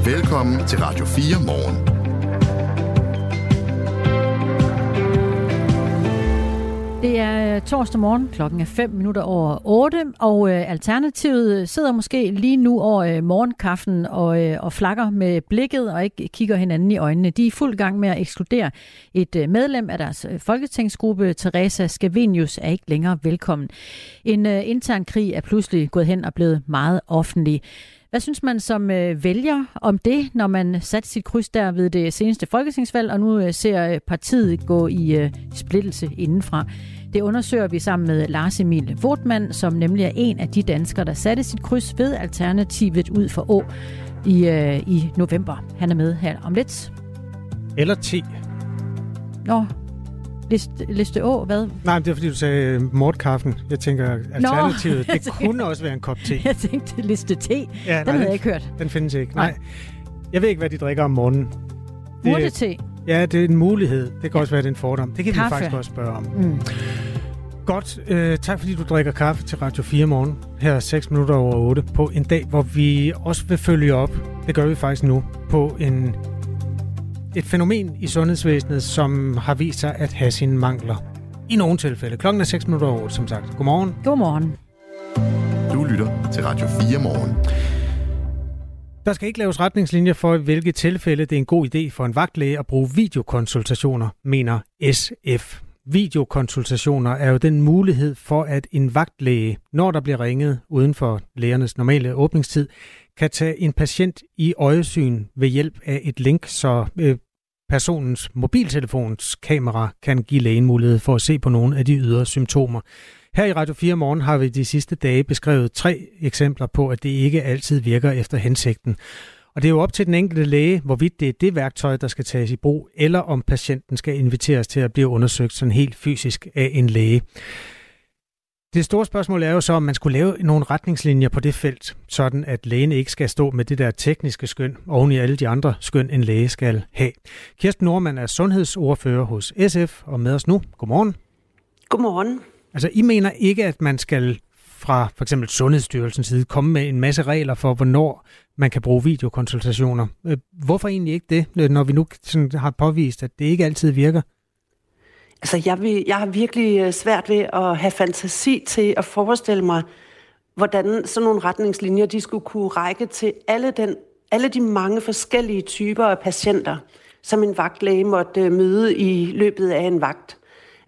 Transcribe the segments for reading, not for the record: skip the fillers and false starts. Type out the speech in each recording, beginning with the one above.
Velkommen til Radio 4 morgen. Det er torsdag morgen, klokken er 8:05, og Alternativet sidder måske lige nu over morgenkaffen og flakker med blikket og ikke kigger hinanden i øjnene. De er i fuld gang med at ekskludere et medlem af deres folketingsgruppe. Theresa Scavenius er ikke længere velkommen. En intern krig er pludselig gået hen og blevet meget offentlig. Hvad synes man som vælger om det, når man satte sit kryds der ved det seneste folketingsvalg, og nu ser partiet gå i splittelse indenfra? Det undersøger vi sammen med Lars Emil Voetmann, som nemlig er en af de danskere, der satte sit kryds ved Alternativet ud for Å i november. Han er med her om lidt. Eller te. Nå, liste Å, hvad? Nej, det er fordi, du sagde mortkaffen. Jeg tænker, Alternativet, det kunne også være en kop te. Jeg tænkte liste te. Ja, den havde jeg ikke hørt. Den findes ikke. Nej. Jeg ved ikke, hvad de drikker om morgenen. Urtete? Ja, det er en mulighed. Det kan også være, det er en fordom. Det kan vi faktisk også spørge om. Godt. Tak fordi du drikker kaffe til Radio 4 morgen. Her er 8:06 på en dag, hvor vi også vil følge op. Det gør vi faktisk nu på et fænomen i sundhedsvæsenet, som har vist sig at have sine mangler. I nogle tilfælde. Klokken er 8:06, som sagt. Godmorgen. Godmorgen. Du lytter til Radio 4 morgen. Der skal ikke laves retningslinjer for, i hvilke tilfælde det er en god idé for en vagtlæge at bruge videokonsultationer, mener SF. Videokonsultationer er jo den mulighed for, at en vagtlæge, når der bliver ringet uden for lægernes normale åbningstid, kan tage en patient i øjesyn ved hjælp af et link, så personens mobiltelefons kamera kan give lægen mulighed for at se på nogle af de ydre symptomer. Her i Radio 4 morgen har vi de sidste dage beskrevet 3 eksempler på, at det ikke altid virker efter hensigten. Og det er jo op til den enkelte læge, hvorvidt det er det værktøj, der skal tages i brug, eller om patienten skal inviteres til at blive undersøgt sådan helt fysisk af en læge. Det store spørgsmål er jo så, om man skulle lave nogle retningslinjer på det felt, sådan at lægen ikke skal stå med det der tekniske skøn oven i alle de andre skøn, en læge skal have. Kirsten Normann er sundhedsordfører hos SF og med os nu. Godmorgen. Godmorgen. Altså, I mener ikke, at man skal fra for eksempel Sundhedsstyrelsens side komme med en masse regler for, hvornår man kan bruge videokonsultationer. Hvorfor egentlig ikke det, når vi nu sådan har påvist, at det ikke altid virker? Altså, jeg har virkelig svært ved at have fantasi til at forestille mig, hvordan sådan nogle retningslinjer, de skulle kunne række til alle de mange forskellige typer af patienter, som en vagtlæge måtte møde i løbet af en vagt.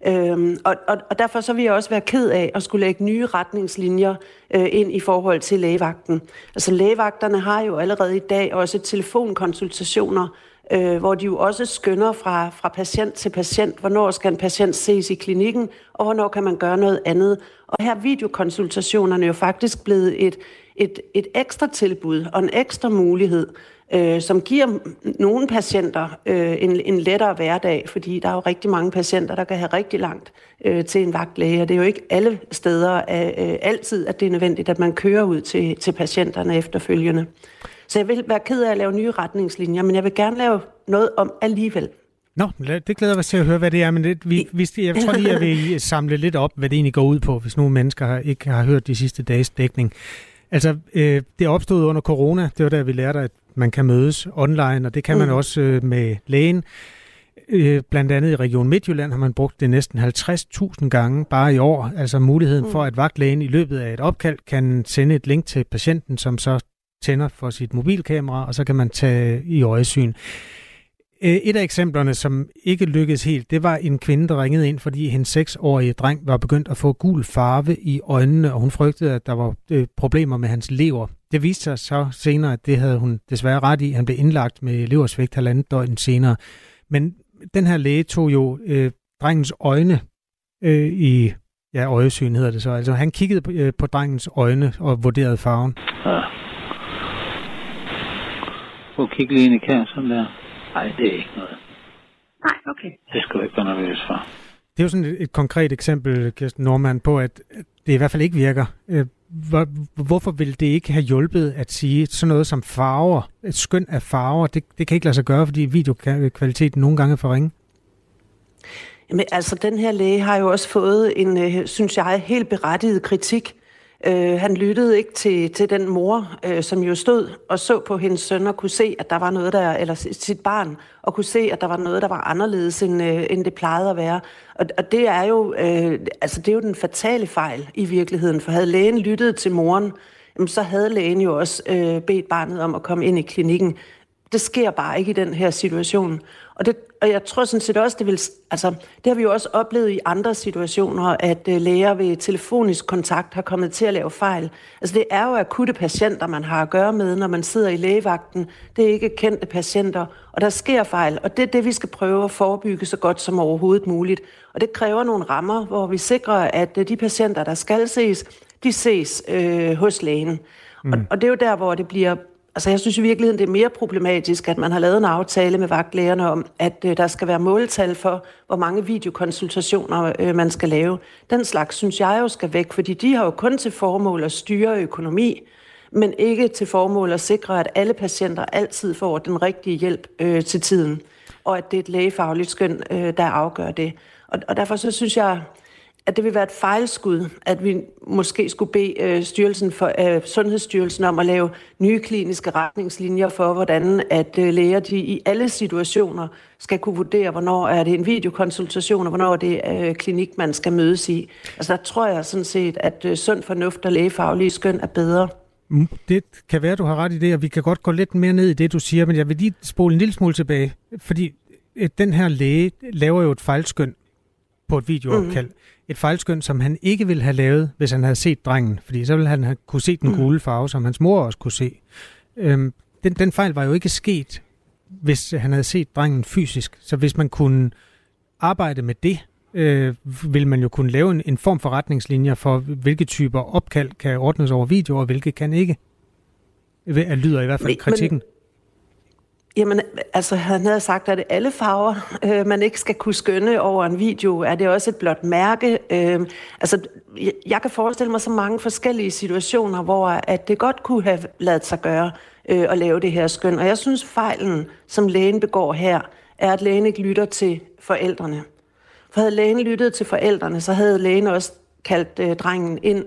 Og derfor så vil jeg også være ked af at skulle lægge nye retningslinjer ind i forhold til lægevagten. Altså lægevagterne har jo allerede i dag også telefonkonsultationer, hvor de jo også skønner fra patient til patient, hvornår skal en patient ses i klinikken, og hvornår kan man gøre noget andet. Og her er videokonsultationerne jo faktisk blevet et ekstra tilbud og en ekstra mulighed, som giver nogle patienter en lettere hverdag, fordi der er jo rigtig mange patienter, der kan have rigtig langt til en vagtlæge, og det er jo ikke alle steder altid, at det er nødvendigt, at man kører ud til patienterne efterfølgende. Så jeg vil være ked af at lave nye retningslinjer, men jeg vil gerne lave noget om alligevel. Nå, det glæder mig til at høre, hvad det er, men jeg tror lige, at jeg vil samle lidt op, hvad det egentlig går ud på, hvis nogle mennesker ikke har hørt de sidste dages dækning. Altså, det opstod under corona, det var der, vi lærte, at man kan mødes online, og det kan man også med lægen. Blandt andet i Region Midtjylland har man brugt det næsten 50.000 gange bare i år, altså muligheden for, at vagtlægen i løbet af et opkald kan sende et link til patienten, som så tænder for sit mobilkamera, og så kan man tage i øjesyn. Et af eksemplerne, som ikke lykkedes helt, det var en kvinde, der ringede ind, fordi hendes 6-årige dreng var begyndt at få gul farve i øjnene, og hun frygtede, at der var problemer med hans lever. Det viste sig så senere, at det havde hun desværre ret i. Han blev indlagt med leversvigt 1,5 døgn senere. Men den her læge tog jo drengens øjne i øjesyn, hedder det så. Altså han kiggede på drengens øjne og vurderede farven. Ja. Prøv at kigge lige ind i kassen der. Nej, det er ikke noget. Nej, okay. Det skal du ikke være nervøs for. Det er jo sådan et konkret eksempel, Kirsten Normann, på, at det i hvert fald ikke virker. Hvorfor vil det ikke have hjulpet at sige sådan noget som farver, et skøn af farver? Det kan ikke lade sig gøre, fordi videokvaliteten nogle gange er for ringe. Jamen, altså, den her læge har jo også fået en, synes jeg, helt berettiget kritik Han lyttede ikke til den mor, som jo stod og så på hendes søn og kunne se, at der var noget der, eller sit barn, og kunne se, at der var noget, der var anderledes, end det plejede at være. Og det er jo, det er jo den fatale fejl i virkeligheden, for havde lægen lyttet til moren, så havde lægen jo også bedt barnet om at komme ind i klinikken. Det sker bare ikke i den her situation. Og jeg tror sådan set også, det har vi jo også oplevet i andre situationer, at læger ved telefonisk kontakt har kommet til at lave fejl. Altså det er jo akutte patienter, man har at gøre med, når man sidder i lægevagten. Det er ikke kendte patienter, og der sker fejl. Og det er det, vi skal prøve at forebygge så godt som overhovedet muligt. Og det kræver nogle rammer, hvor vi sikrer, at de patienter, der skal ses, de ses hos lægen. Og det er jo der, hvor det bliver... Altså jeg synes i virkeligheden, det er mere problematisk, at man har lavet en aftale med vagtlægerne om, at der skal være måltal for, hvor mange videokonsultationer man skal lave. Den slags synes jeg jo skal væk, fordi de har jo kun til formål at styre økonomi, men ikke til formål at sikre, at alle patienter altid får den rigtige hjælp til tiden, og at det er et lægefagligt skøn, der afgør det. Og derfor så synes jeg, at det vil være et fejlskud, at vi måske skulle bede Sundhedsstyrelsen om at lave nye kliniske retningslinjer for, hvordan at læger de i alle situationer skal kunne vurdere, hvornår er det en videokonsultation, og hvornår er det klinik, man skal mødes i. Altså der tror jeg sådan set, at sund fornuft og lægefaglige skøn er bedre. Det kan være, du har ret i det, og vi kan godt gå lidt mere ned i det, du siger, men jeg vil lige spole en lille smule tilbage, fordi den her læge laver jo et fejlskøn på et videoopkald. Et fejlskøn, som han ikke ville have lavet, hvis han havde set drengen, fordi så ville han have kunne se den gule farve, som hans mor også kunne se. Den fejl var jo ikke sket, hvis han havde set drengen fysisk. Så hvis man kunne arbejde med det, vil man jo kunne lave en form for retningslinjer for, hvilke typer opkald kan ordnes over video, og hvilke kan ikke. Det lyder i hvert fald kritikken. Jamen, altså han havde sagt, at alle farver, man ikke skal kunne skønne over en video, er det også et blåt mærke. Jeg kan forestille mig så mange forskellige situationer, hvor at det godt kunne have ladet sig gøre at lave det her skøn. Og jeg synes, fejlen, som lægen begår her, er, at lægen ikke lytter til forældrene. For havde lægen lyttet til forældrene, så havde lægen også kaldt drengen ind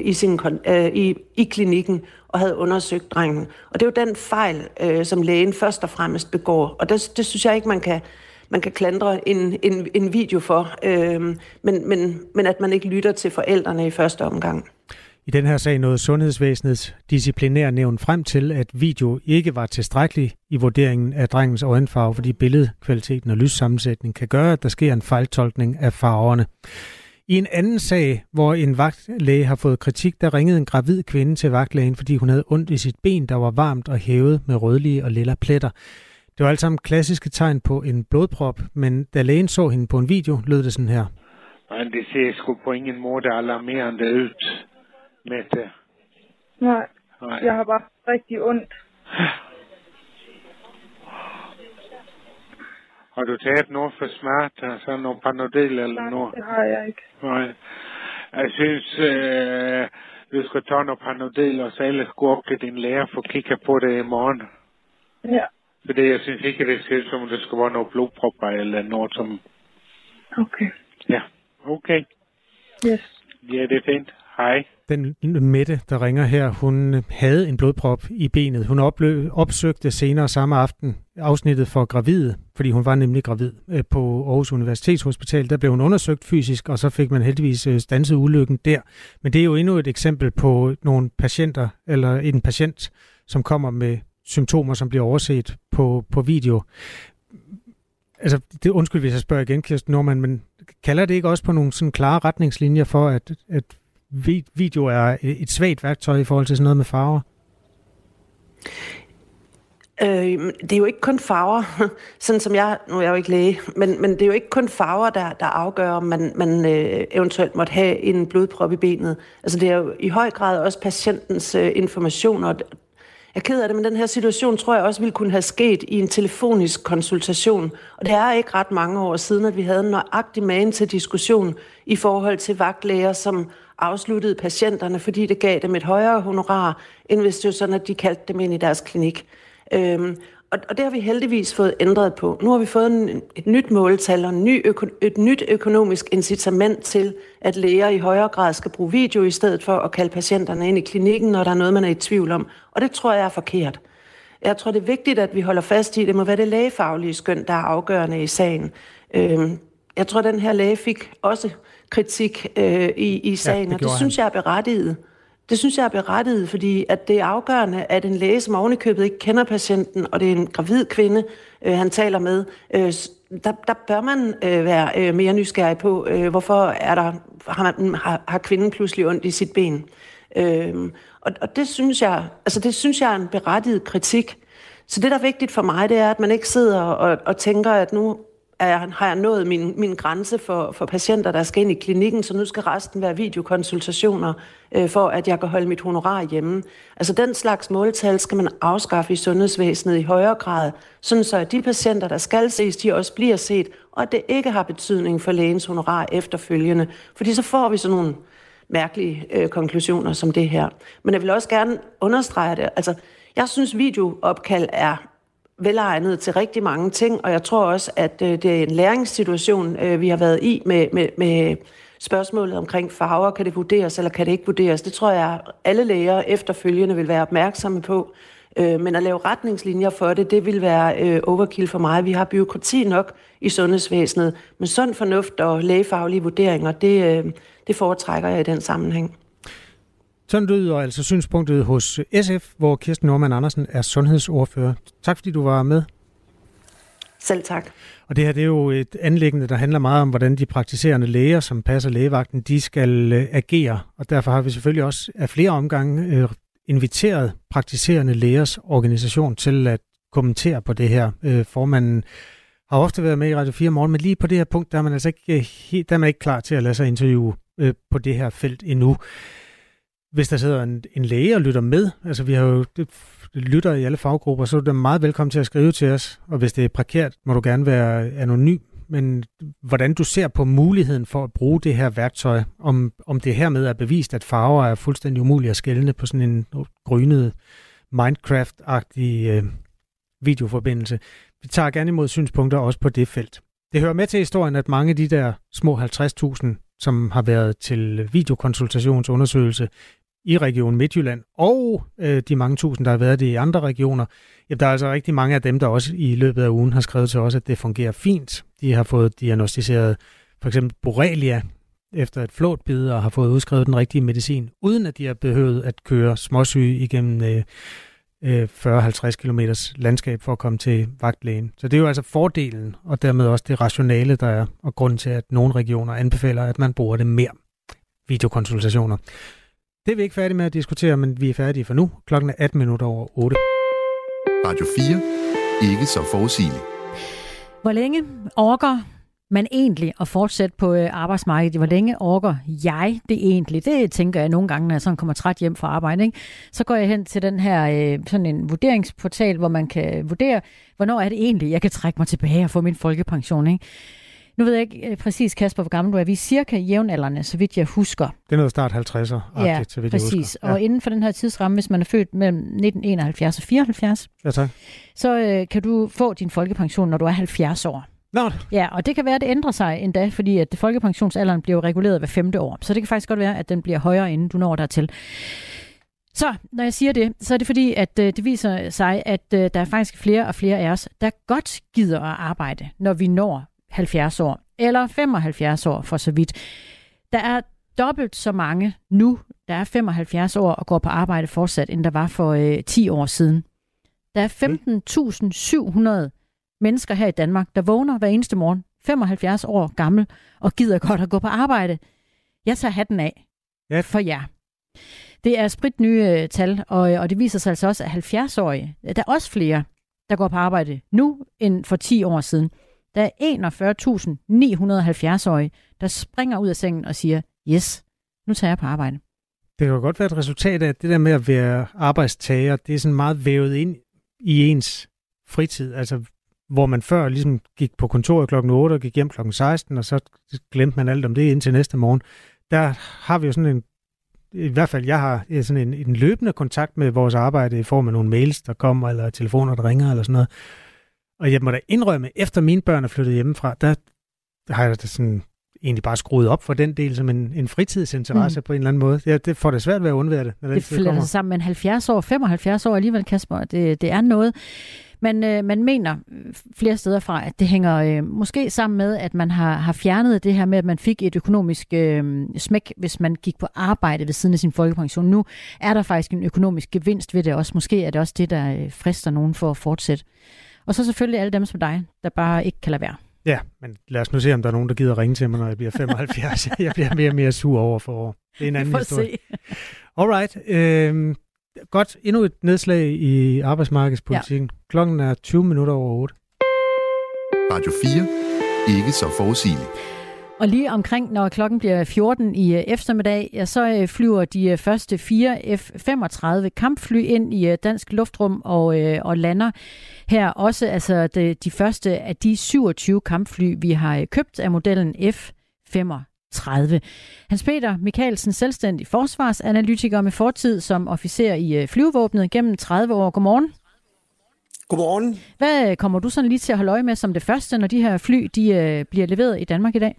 i klinikken og havde undersøgt drengen. Og det er jo den fejl, som lægen først og fremmest begår. Og det synes jeg ikke, man kan klandre en video for, men at man ikke lytter til forældrene i første omgang. I den her sag nåede Sundhedsvæsenets disciplinærnævn frem til, at video ikke var tilstrækkelig i vurderingen af drengens øjenfarve, fordi billedkvaliteten og lyssammensætning kan gøre, at der sker en fejltolkning af farverne. I en anden sag, hvor en vagtlæge har fået kritik, der ringede en gravid kvinde til vagtlægen, fordi hun havde ondt i sit ben, der var varmt og hævet med rødlige og lilla pletter. Det var alt sammen klassiske tegn på en blodprop, men da lægen så hende på en video, lød det sådan her. Men det ser sgu på ingen måde alarmerende ud med det. Nej, jeg har bare rigtig ondt. Har du taget noget for smerte, altså noget Panodil eller noget? Nej, det har jeg ikke. Nej. Jeg synes, du skal tage noget Panodil, og så ellers gå op til din lærer for at kigge på det i morgen. Ja. Fordi jeg synes ikke, det ser ud som, det skal være noget blodpropper eller noget som... Okay. Ja, okay. Yes. Ja, det er fint. Hej. Den Mette, der ringer her, hun havde en blodprop i benet. Hun opsøgte senere samme aften afsnittet for gravide, fordi hun var nemlig gravid på Aarhus Universitetshospital. Der blev hun undersøgt fysisk, og så fik man heldigvis standset ulykken der. Men det er jo endnu et eksempel på nogle patienter, eller en patient, som kommer med symptomer, som bliver overset på video. Altså, det undskyld, hvis jeg spørger igen, Kirsten Normann, men kalder det ikke også på nogle sådan klare retningslinjer for, at video er et svagt værktøj i forhold til sådan noget med farver? Det er jo ikke kun farver, sådan som nu er jeg jo ikke læge, men det er jo ikke kun farver, der afgør, om man eventuelt måtte have en blodprop i benet. Altså det er jo i høj grad også patientens informationer. Jeg er ked af det, men den her situation tror jeg også ville kunne have sket i en telefonisk konsultation. Og det er ikke ret mange år siden, at vi havde en nøjagtig magen til diskussion i forhold til vagtlæger, som afsluttede patienterne, fordi det gav dem et højere honorar, end hvis det var sådan, at de kaldte dem ind i deres klinik. Og det har vi heldigvis fået ændret på. Nu har vi fået et nyt måltal og et nyt økonomisk incitament til, at læger i højere grad skal bruge video i stedet for at kalde patienterne ind i klinikken, når der er noget, man er i tvivl om. Og det tror jeg er forkert. Jeg tror, det er vigtigt, at vi holder fast i, at det må være det lægefaglige skøn, der er afgørende i sagen. Jeg tror, at den her læge fik også kritik i sagen, og det synes jeg er berettiget. Det synes jeg er berettiget, fordi at det er afgørende, at en læge, som ovenikøbet ikke kender patienten, og det er en gravid kvinde, han taler med, der bør man være mere nysgerrig på, hvorfor har kvinden pludselig ondt i sit ben. Og det synes jeg er en berettiget kritik. Så det, der er vigtigt for mig, det er, at man ikke sidder og tænker, at nu har jeg nået min grænse for patienter, der skal ind i klinikken, så nu skal resten være videokonsultationer, for at jeg kan holde mit honorar hjemme. Altså den slags måltal skal man afskaffe i sundhedsvæsenet i højere grad, sådan så at de patienter, der skal ses, de også bliver set, og at det ikke har betydning for lægens honorar efterfølgende. Fordi så får vi sådan nogle mærkelige konklusioner som det her. Men jeg vil også gerne understrege det. Altså, jeg synes, videoopkald er velegnet til rigtig mange ting, og jeg tror også, at det er en læringssituation, vi har været i med spørgsmålet omkring farver. Kan det vurderes, eller kan det ikke vurderes? Det tror jeg, alle læger efterfølgende vil være opmærksomme på. Men at lave retningslinjer for det vil være overkill for mig. Vi har bureaukrati nok i sundhedsvæsenet, men sund fornuft og lægefaglige vurderinger, det foretrækker jeg i den sammenhæng. Sådan lyder altså synspunktet hos SF, hvor Kirsten Normann Andersen er sundhedsordfører. Tak fordi du var med. Selv tak. Og det her, det er jo et anliggende, der handler meget om, hvordan de praktiserende læger, som passer lægevagten, de skal agere. Og derfor har vi selvfølgelig også af flere omgange inviteret praktiserende lægers organisation til at kommentere på det her. Formanden har ofte været med i Radio 4 Morgen, men lige på det her punkt, der er man altså ikke klar til at lade sig interviewe på det her felt endnu. Hvis der sidder en læge og lytter med, altså vi har jo lytter i alle faggrupper, så er du meget velkommen til at skrive til os, og hvis det er prekært, må du gerne være anonym, men hvordan du ser på muligheden for at bruge det her værktøj, om det hermed er bevist, at farver er fuldstændig umulige at skelne på sådan en grynet Minecraft-agtig videoforbindelse. Vi tager gerne imod synspunkter også på det felt. Det hører med til historien, at mange af de der små 50.000, som har været til videokonsultationsundersøgelse i Region Midtjylland, og de mange tusind, der har været det i andre regioner, ja, der er altså rigtig mange af dem, der også i løbet af ugen har skrevet til os, at det fungerer fint. De har fået diagnostiseret for eksempel borrelia efter et flåtbid, og har fået udskrevet den rigtige medicin, uden at de har behøvet at køre småsyge igennem 40-50 kilometers landskab for at komme til vagtlægen. Så det er jo altså fordelen, og dermed også det rationale, der er, og grunden til, at nogle regioner anbefaler, at man bruger det mere. Videokonsultationer. Det er vi ikke færdige med at diskutere, men vi er færdige for nu. Klokken er 18 minutter over 8. Radio 4. Ikke så forudsigeligt. Hvor længe orker man egentlig at fortsætte på arbejdsmarkedet? Hvor længe orker jeg det egentlig? Det tænker jeg nogle gange, når jeg sådan kommer træt hjem fra arbejde, ikke? Så går jeg hen til den her sådan en vurderingsportal, hvor man kan vurdere, hvornår er det egentlig, jeg kan trække mig tilbage og få min folkepension, ikke? Nu ved jeg ikke præcis, Kasper, hvor gammel du er. Vi er cirka jævnaldrende, så vidt jeg husker. Det er noget start 50'er. Ja, så vidt præcis. Jeg husker. Ja. Og inden for den her tidsramme, hvis man er født mellem 1971 og 74, ja, tak. Så kan du få din folkepension, når du er 70 år. Nå. Ja, og det kan være, at det ændrer sig endda, fordi at folkepensionsalderen bliver reguleret hver 5. år. Så det kan faktisk godt være, at den bliver højere, inden du når dertil. Så når jeg siger det, så er det fordi, at det viser sig, at der er faktisk flere og flere af os, der godt gider at arbejde, når vi når 70 år, eller 75 år for så vidt. Der er dobbelt så mange nu, der er 75 år og går på arbejde fortsat, end der var for 10 år siden. Der er 15.700 mennesker her i Danmark, der vågner hver eneste morgen, 75 år gammel, og gider godt at gå på arbejde. Jeg tager hatten af for jer. Det er spritnye tal, og det viser sig altså også, at 70-årige, der er også flere, der går på arbejde nu end for 10 år siden. Der er 41.970-årige, der springer ud af sengen og siger, yes, nu tager jeg på arbejde. Det kan jo godt være et resultat af, at det der med at være arbejdstager, det er sådan meget vævet ind i ens fritid. Altså, hvor man før ligesom gik på kontoret klokken 8 og gik hjem klokken 16, og så glemte man alt om det indtil næste morgen. Der har vi jo sådan i hvert fald, jeg har sådan en løbende kontakt med vores arbejde i form af nogle mails, der kommer, eller telefoner, der ringer, eller sådan noget. Og jeg må da indrømme, efter mine børn er flyttet hjemmefra, der har jeg da sådan egentlig bare skruet op for den del som en fritidsinteresse på en eller anden måde. Ja, det får det svært ved at undvære det. Det fletter sig sammen med 70 år, 75 år alligevel, Kasper. Det er noget. Man mener flere steder fra, at det hænger måske sammen med, at man har fjernet det her med, at man fik et økonomisk smæk, hvis man gik på arbejde ved siden af sin folkepension. Nu er der faktisk en økonomisk gevinst ved det også. Måske er det også det, der frister nogen for at fortsætte. Og så selvfølgelig alle dem som dig, der bare ikke kan lade være. Ja, men lad os nu se, om der er nogen, der gider ringe til mig, når jeg bliver 75. Jeg bliver mere og mere sur over for år. Det er en anden historie. Alright. Godt. Endnu et nedslag i arbejdsmarkedspolitikken. Ja. Klokken er 20 minutter over 8. Radio 4. Ikke så forudsigeligt. Og lige omkring, når klokken bliver 14 i eftermiddag, ja, så flyver de første 4 F-35 kampfly ind i dansk luftrum og lander her også. Altså de første af de 27 kampfly, vi har købt af modellen F-35. Hans Peter Michaelsen, selvstændig forsvarsanalytiker med fortid som officer i flyvevåbnet gennem 30 år. Godmorgen. Godmorgen. Hvad kommer du sådan lige til at holde øje med som det første, når de her fly de bliver leveret i Danmark i dag?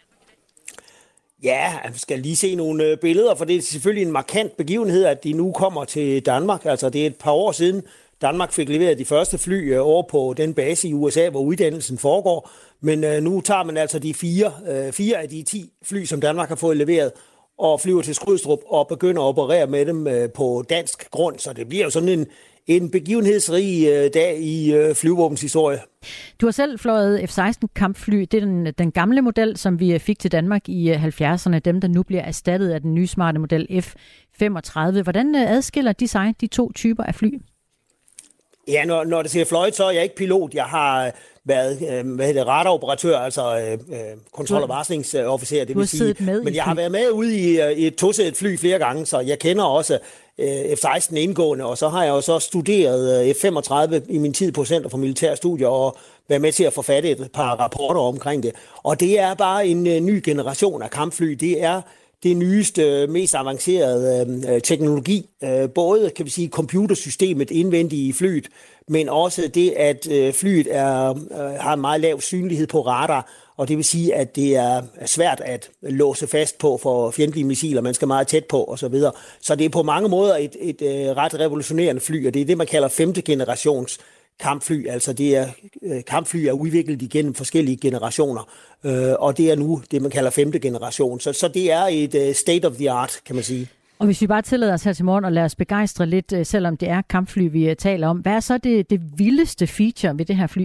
Ja, jeg skal lige se nogle billeder, for det er selvfølgelig en markant begivenhed, at de nu kommer til Danmark. Altså det er et par år siden, Danmark fik leveret de første fly over på den base i USA, hvor uddannelsen foregår. Men nu tager man altså de fire af de 10 fly, som Danmark har fået leveret, og flyver til Skrydstrup og begynder at operere med dem på dansk grund. Så det bliver jo sådan en begivenhedsrig dag i flyvåbens historie. Du har selv fløjet F-16 kampfly. Det er den gamle model, som vi fik til Danmark i 70'erne. Dem, der nu bliver erstattet af den nye smarte model F-35. Hvordan adskiller de sig, de to typer af fly? Ja, når det siger fløjet, så er jeg ikke pilot. Jeg har været radaroperatør, altså kontrol- og varslingsofficer, det vil sige. Men jeg har været med ude i et tosædet fly flere gange, så jeg kender også F-16 indgående, og så har jeg jo så studeret F-35 i min tid på Center for Militære Studier og været med til at forfatte et par rapporter omkring det. Og det er bare en ny generation af kampfly. Det er det nyeste, mest avancerede teknologi. Både, kan vi sige, computersystemet indvendigt i flyet, men også det, at flyet har en meget lav synlighed på radar, og det vil sige, at det er svært at låse fast på for fjendtlige missiler. Man skal meget tæt på osv. Så det er på mange måder et ret revolutionerende fly, og det er det, man kalder 5. generations kampfly. Altså det er kampfly er udviklet igennem forskellige generationer, og det er nu det, man kalder 5. generation. Så det er et state of the art, kan man sige. Og hvis vi bare tillader os her til morgen og lader os begejstre lidt, selvom det er kampfly, vi taler om. Hvad er så det vildeste feature ved det her fly?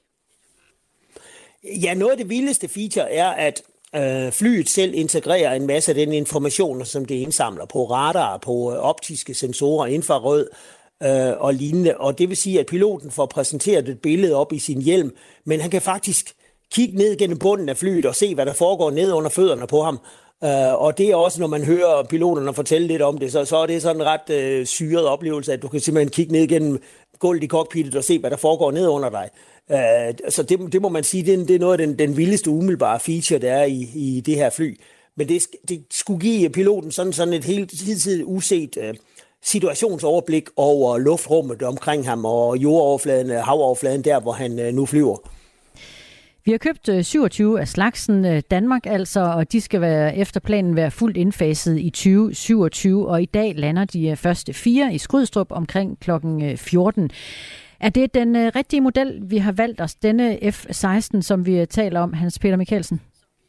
Ja, noget af det vildeste feature er, at flyet selv integrerer en masse af den information, som det indsamler på radar, på optiske sensorer, infrarød og lignende. Og det vil sige, at piloten får præsenteret et billede op i sin hjelm, men han kan faktisk kigge ned gennem bunden af flyet og se, hvad der foregår ned under fødderne på ham. Og det er også, når man hører piloterne fortælle lidt om det, så er det sådan en ret syret oplevelse, at du kan simpelthen kigge ned gennem gulvet i cockpittet og se, hvad der foregår ned under dig. Så det må man sige, det er noget af den vildeste umiddelbare feature, der er i det her fly. Men det skulle give piloten sådan et helt hidtil uset situationsoverblik over luftrummet omkring ham og jordoverfladen, havoverfladen der, hvor han nu flyver. Vi har købt 27 af slagsen Danmark altså, og de skal efter planen være fuldt indfaset i 2027, og i dag lander de første 4 i Skrydstrup omkring klokken 14. Er det den rigtige model, vi har valgt os, denne F-16, som vi taler om, Hans Peter Michaelsen?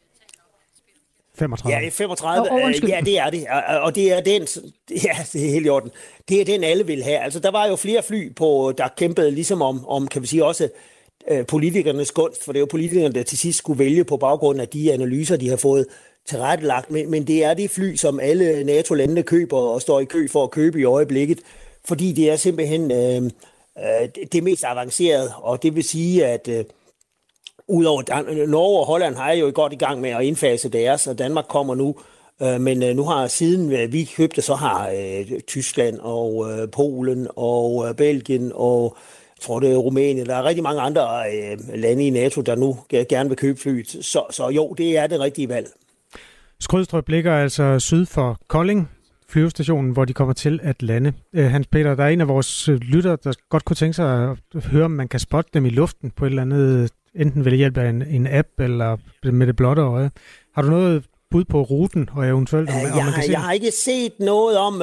35. Ja, F-35, ja, det er det. Og det er den, ja, det er helt i orden. Det er den, alle vil have. Altså, der var jo flere fly, der kæmpede ligesom om, kan vi sige, også politikernes gunst, for det er jo politikerne, der til sidst skulle vælge på baggrund af de analyser, de har fået tilrettelagt. Men det er det fly, som alle NATO-landene køber og står i kø for at købe i øjeblikket, fordi det er simpelthen det mest avancerede, og det vil sige, at udover Norge og Holland har jo godt i gang med at indfase deres, og Danmark kommer nu. Men nu har siden vi købte, så har Tyskland og Polen og Belgien og jeg tror det er Rumænien. Der er rigtig mange andre lande i NATO, der nu gerne vil købe flyet. Så jo, det er det rigtige valg. Skrydstrup ligger altså syd for Kolding. flyvestationen, hvor de kommer til at lande. Hans Peter, der er en af vores lyttere, der godt kunne tænke sig at høre, om man kan spotte dem i luften på et eller andet, enten ved hjælp af en app eller med det blotte øje. Har du noget bud på ruten, og eventuelt om man kan se jeg har ikke set noget om...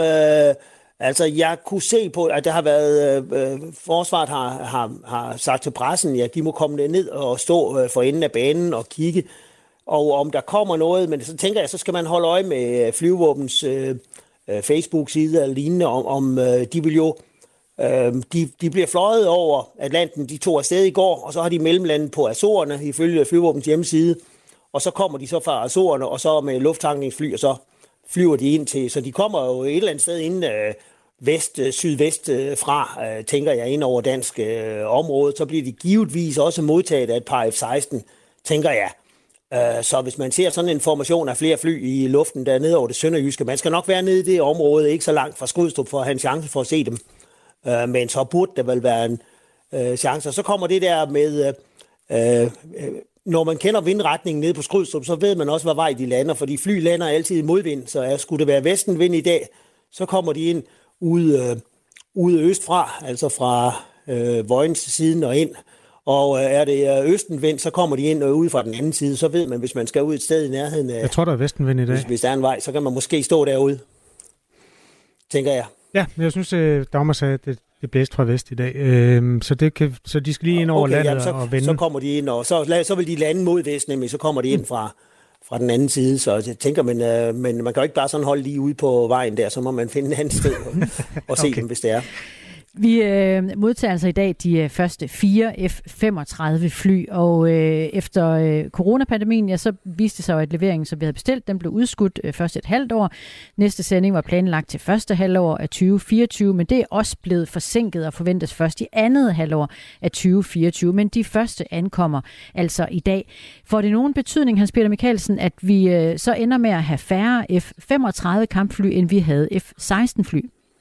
jeg kunne se på, at der har været... forsvaret har sagt til pressen, at de må komme ned og stå for enden af banen og kigge, og om der kommer noget, men så tænker jeg, så skal man holde øje med flyvevåbens Facebook-side eller lignende, om de vil jo... De bliver fløjet over Atlanten, de tog afsted i går, og så har de mellemlandet på Azorerne, ifølge flyvevåbens hjemmeside, og så kommer de så fra Azorerne, og så med lufttankningsfly, og så flyver de ind til, så de kommer jo et eller andet sted inden sydvest fra, tænker jeg, ind over dansk område, så bliver de givetvis også modtaget af et par F-16, tænker jeg. Så hvis man ser sådan en formation af flere fly i luften dernede over det sønderjyske, man skal nok være nede i det område, ikke så langt fra Skrydstrup for at have en chance for at se dem. Men så burde der vel være en chance. Og så kommer det der med, når man kender vindretningen nede på Skrydstrup, så ved man også, hvad vej de lander, fordi fly lander altid i modvind, så skulle det være vestenvind i dag, så kommer de ind ude østfra, altså fra Vojens siden og ind. Og er det østenvind, så kommer de ind ude fra den anden side, så ved man, hvis man skal ud et sted i nærheden af... Jeg tror, der er vestenvind i dag. Hvis der er en vej, så kan man måske stå derude, tænker jeg. Ja, men jeg synes, Dagmar sagde, at det blæste fra vest i dag. Så de skal lige ind over landet og vende. Så kommer de ind, og så vil de lande mod vest, nemlig. Så kommer de ind fra den anden side. Så jeg tænker, men man kan jo ikke bare sådan holde lige ude på vejen der. Så må man finde et andet sted og se dem, hvis det er. Vi modtager altså i dag de første 4 F-35 fly, og efter coronapandemien, ja, så viste det sig, at leveringen, som vi havde bestilt, den blev udskudt først et halvt år. Næste sending var planlagt til første halvår af 2024, men det er også blevet forsinket og forventes først i andet halvår af 2024. Men de første ankommer altså i dag. Får det nogen betydning, Hans Peter Michaelsen, at vi så ender med at have færre F-35 kampfly, end vi havde F-16 fly?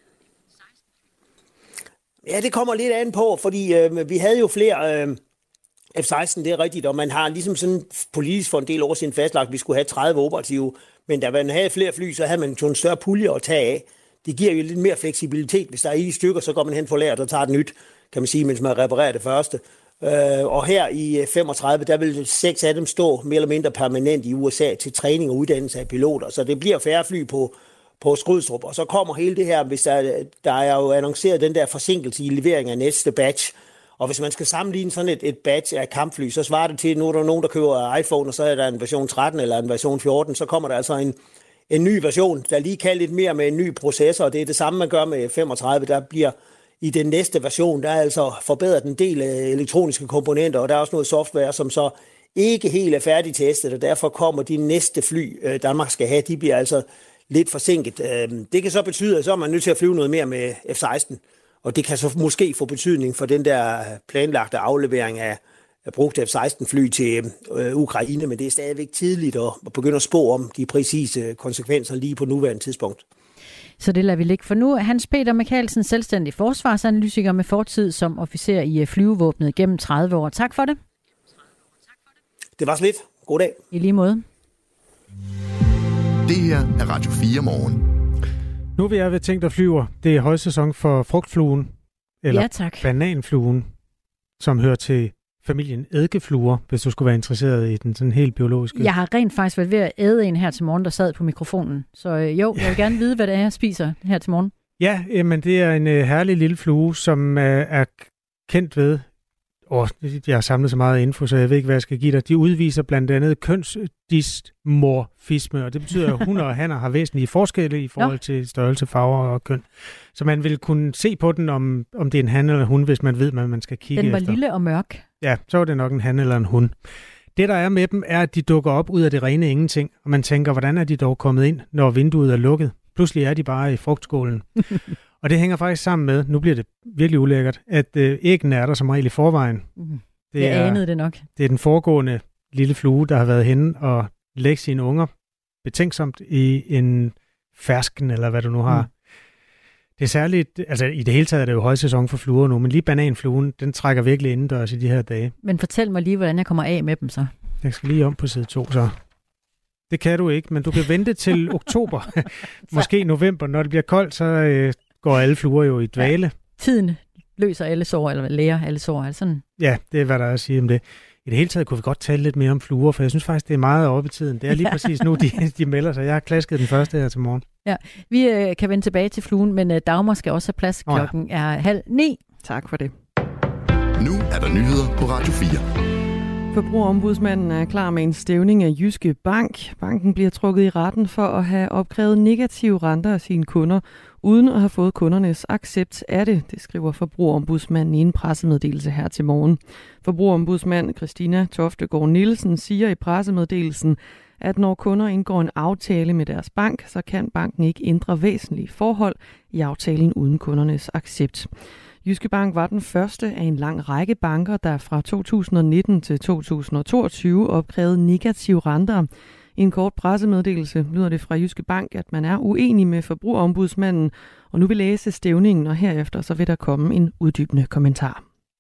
Ja, det kommer lidt an på, fordi vi havde jo flere F-16, det er rigtigt, og man har ligesom sådan politisk for en del år siden fastlagt, at vi skulle have 30 operative, men da man havde flere fly, så havde man jo en større pulje at tage af. Det giver jo lidt mere fleksibilitet. Hvis der er i stykker, så går man hen på lageret og tager et nyt, kan man sige, mens man reparerer det første. Og her i 35, der vil 6 af dem stå mere eller mindre permanent i USA til træning og uddannelse af piloter, så det bliver færre fly på Skrydstrup, og så kommer hele det her, hvis der er jo annonceret den der forsinkelse i levering af næste batch, og hvis man skal sammenligne sådan et batch af kampfly, så svarer det til, nu er der nogen, der køber iPhone, og så er der en version 13 eller en version 14, så kommer der altså en ny version, der lige kan lidt mere med en ny processor, og det er det samme, man gør med 35, der bliver i den næste version, der er altså forbedret en del elektroniske komponenter, og der er også noget software, som så ikke helt er færdigtestet, og derfor kommer de næste fly, Danmark skal have, de bliver altså lidt forsinket. Det kan så betyde, at så er man nødt til at flyve noget mere med F-16, og det kan så måske få betydning for den der planlagte aflevering af brugte F-16-fly til Ukraine, men det er stadigvæk tidligt at begynde at spå om de præcise konsekvenser lige på nuværende tidspunkt. Så det lader vi ligge for nu. Hans Peter Michaelsen, selvstændig forsvarsanalytiker med fortid som officer i flyvevåbnet gennem 30 år. Tak for det. Det var så lidt. God dag. I lige måde. Det her er Radio 4 morgen. Nu er vi ved ting, der flyver. Det er højsæson for frugtfluen, eller ja, bananfluen, som hører til familien eddikefluer, hvis du skulle være interesseret i den sådan helt biologiske. Jeg har rent faktisk været ved at æde en her til morgen, der sad på mikrofonen. Så jo, jeg vil gerne vide, hvad det er, jeg spiser her til morgen. Ja, men det er en herlig lille flue, som er kendt ved, jeg har samlet så meget info, så jeg ved ikke, hvad jeg skal give dig. De udviser blandt andet kønsdysmorfisme, og det betyder, at hunner og hanner har væsentlige forskelle i forhold til størrelse, farver og køn. Så man vil kunne se på den, om det er en han eller en hund, hvis man ved, hvad man skal kigge efter. Den var lille og mørk. Ja, så er det nok en han eller en hund. Det, der er med dem, er, at de dukker op ud af det rene ingenting, og man tænker, hvordan er de dog kommet ind, når vinduet er lukket? Pludselig er de bare i frugtskålen. Og det hænger faktisk sammen med, nu bliver det virkelig ulækkert, at æggene er der som regel i forvejen. Jeg anede det nok. Det er den foregående lille flue, der har været henne og lægge sine unger betænksomt i en fersken, eller hvad du nu har. Det er særligt, altså i det hele taget er det jo højsæson for fluer nu, men lige bananfluen, den trækker virkelig indendørs i de her dage. Men fortæl mig lige, hvordan jeg kommer af med dem så. Jeg skal lige om på side 2 så. Det kan du ikke, men du kan vente til oktober, måske november. Når det bliver koldt, så går alle fluer jo i dvale. Ja, tiden løser alle sår, eller læger alle sår. Altså sådan. Ja, det er, hvad der er at sige om det. I det hele taget kunne vi godt tale lidt mere om fluer, for jeg synes faktisk, det er meget oppe i tiden. Det er lige præcis nu, de melder sig. Jeg har klasket den første her til morgen. Ja, vi kan vende tilbage til fluen, men Dagmar skal også have plads. Klokken er 8:30. Tak for det. Nu er der nyheder på Radio 4. Forbrugerombudsmanden er klar med en stævning af Jyske Bank. Banken bliver trukket i retten for at have opkrævet negative renter af sine kunder, uden at have fået kundernes accept af det, det skriver Forbrugerombudsmanden i en pressemeddelelse her til morgen. Forbrugerombudsmand Christina Toftegård Nielsen siger i pressemeddelelsen, at når kunder indgår en aftale med deres bank, så kan banken ikke ændre væsentlige forhold i aftalen uden kundernes accept. Jyske Bank var den første af en lang række banker, der fra 2019 til 2022 opkrævede negative renter. I en kort pressemeddelelse lyder det fra Jyske Bank, at man er uenig med Forbrugerombudsmanden, og nu vil læse stævningen, og herefter så vil der komme en uddybende kommentar.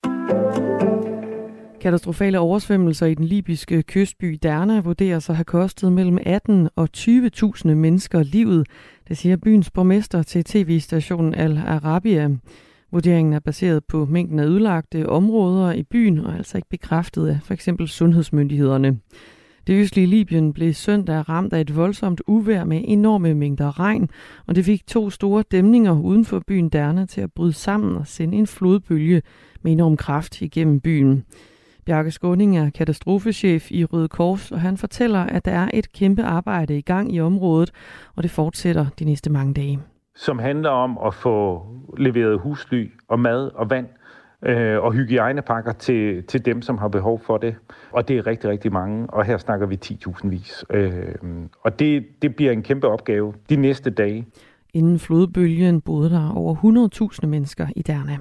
Katastrofale oversvømmelser i den libyske kystby Derna vurderes at have kostet mellem 18 og 20.000 mennesker livet. Det siger byens borgmester til tv-stationen Al Arabiya. Vurderingen er baseret på mængden af ødelagte områder i byen, og altså ikke bekræftet af f.eks. sundhedsmyndighederne. Det østlige Libyen blev søndag ramt af et voldsomt uvejr med enorme mængder regn, og det fik 2 store dæmninger uden for byen Derna til at bryde sammen og sende en flodbølge med enorm kraft igennem byen. Bjarke Skåning er katastrofechef i Røde Kors, og han fortæller, at der er et kæmpe arbejde i gang i området, og det fortsætter de næste mange dage. Som handler om at få leveret husly og mad og vand og hygiejnepakker til dem, som har behov for det. Og det er rigtig, rigtig mange, og her snakker vi 10.000 vis. Og det bliver en kæmpe opgave de næste dage. Inden flodbølgen boede der over 100.000 mennesker i Derna.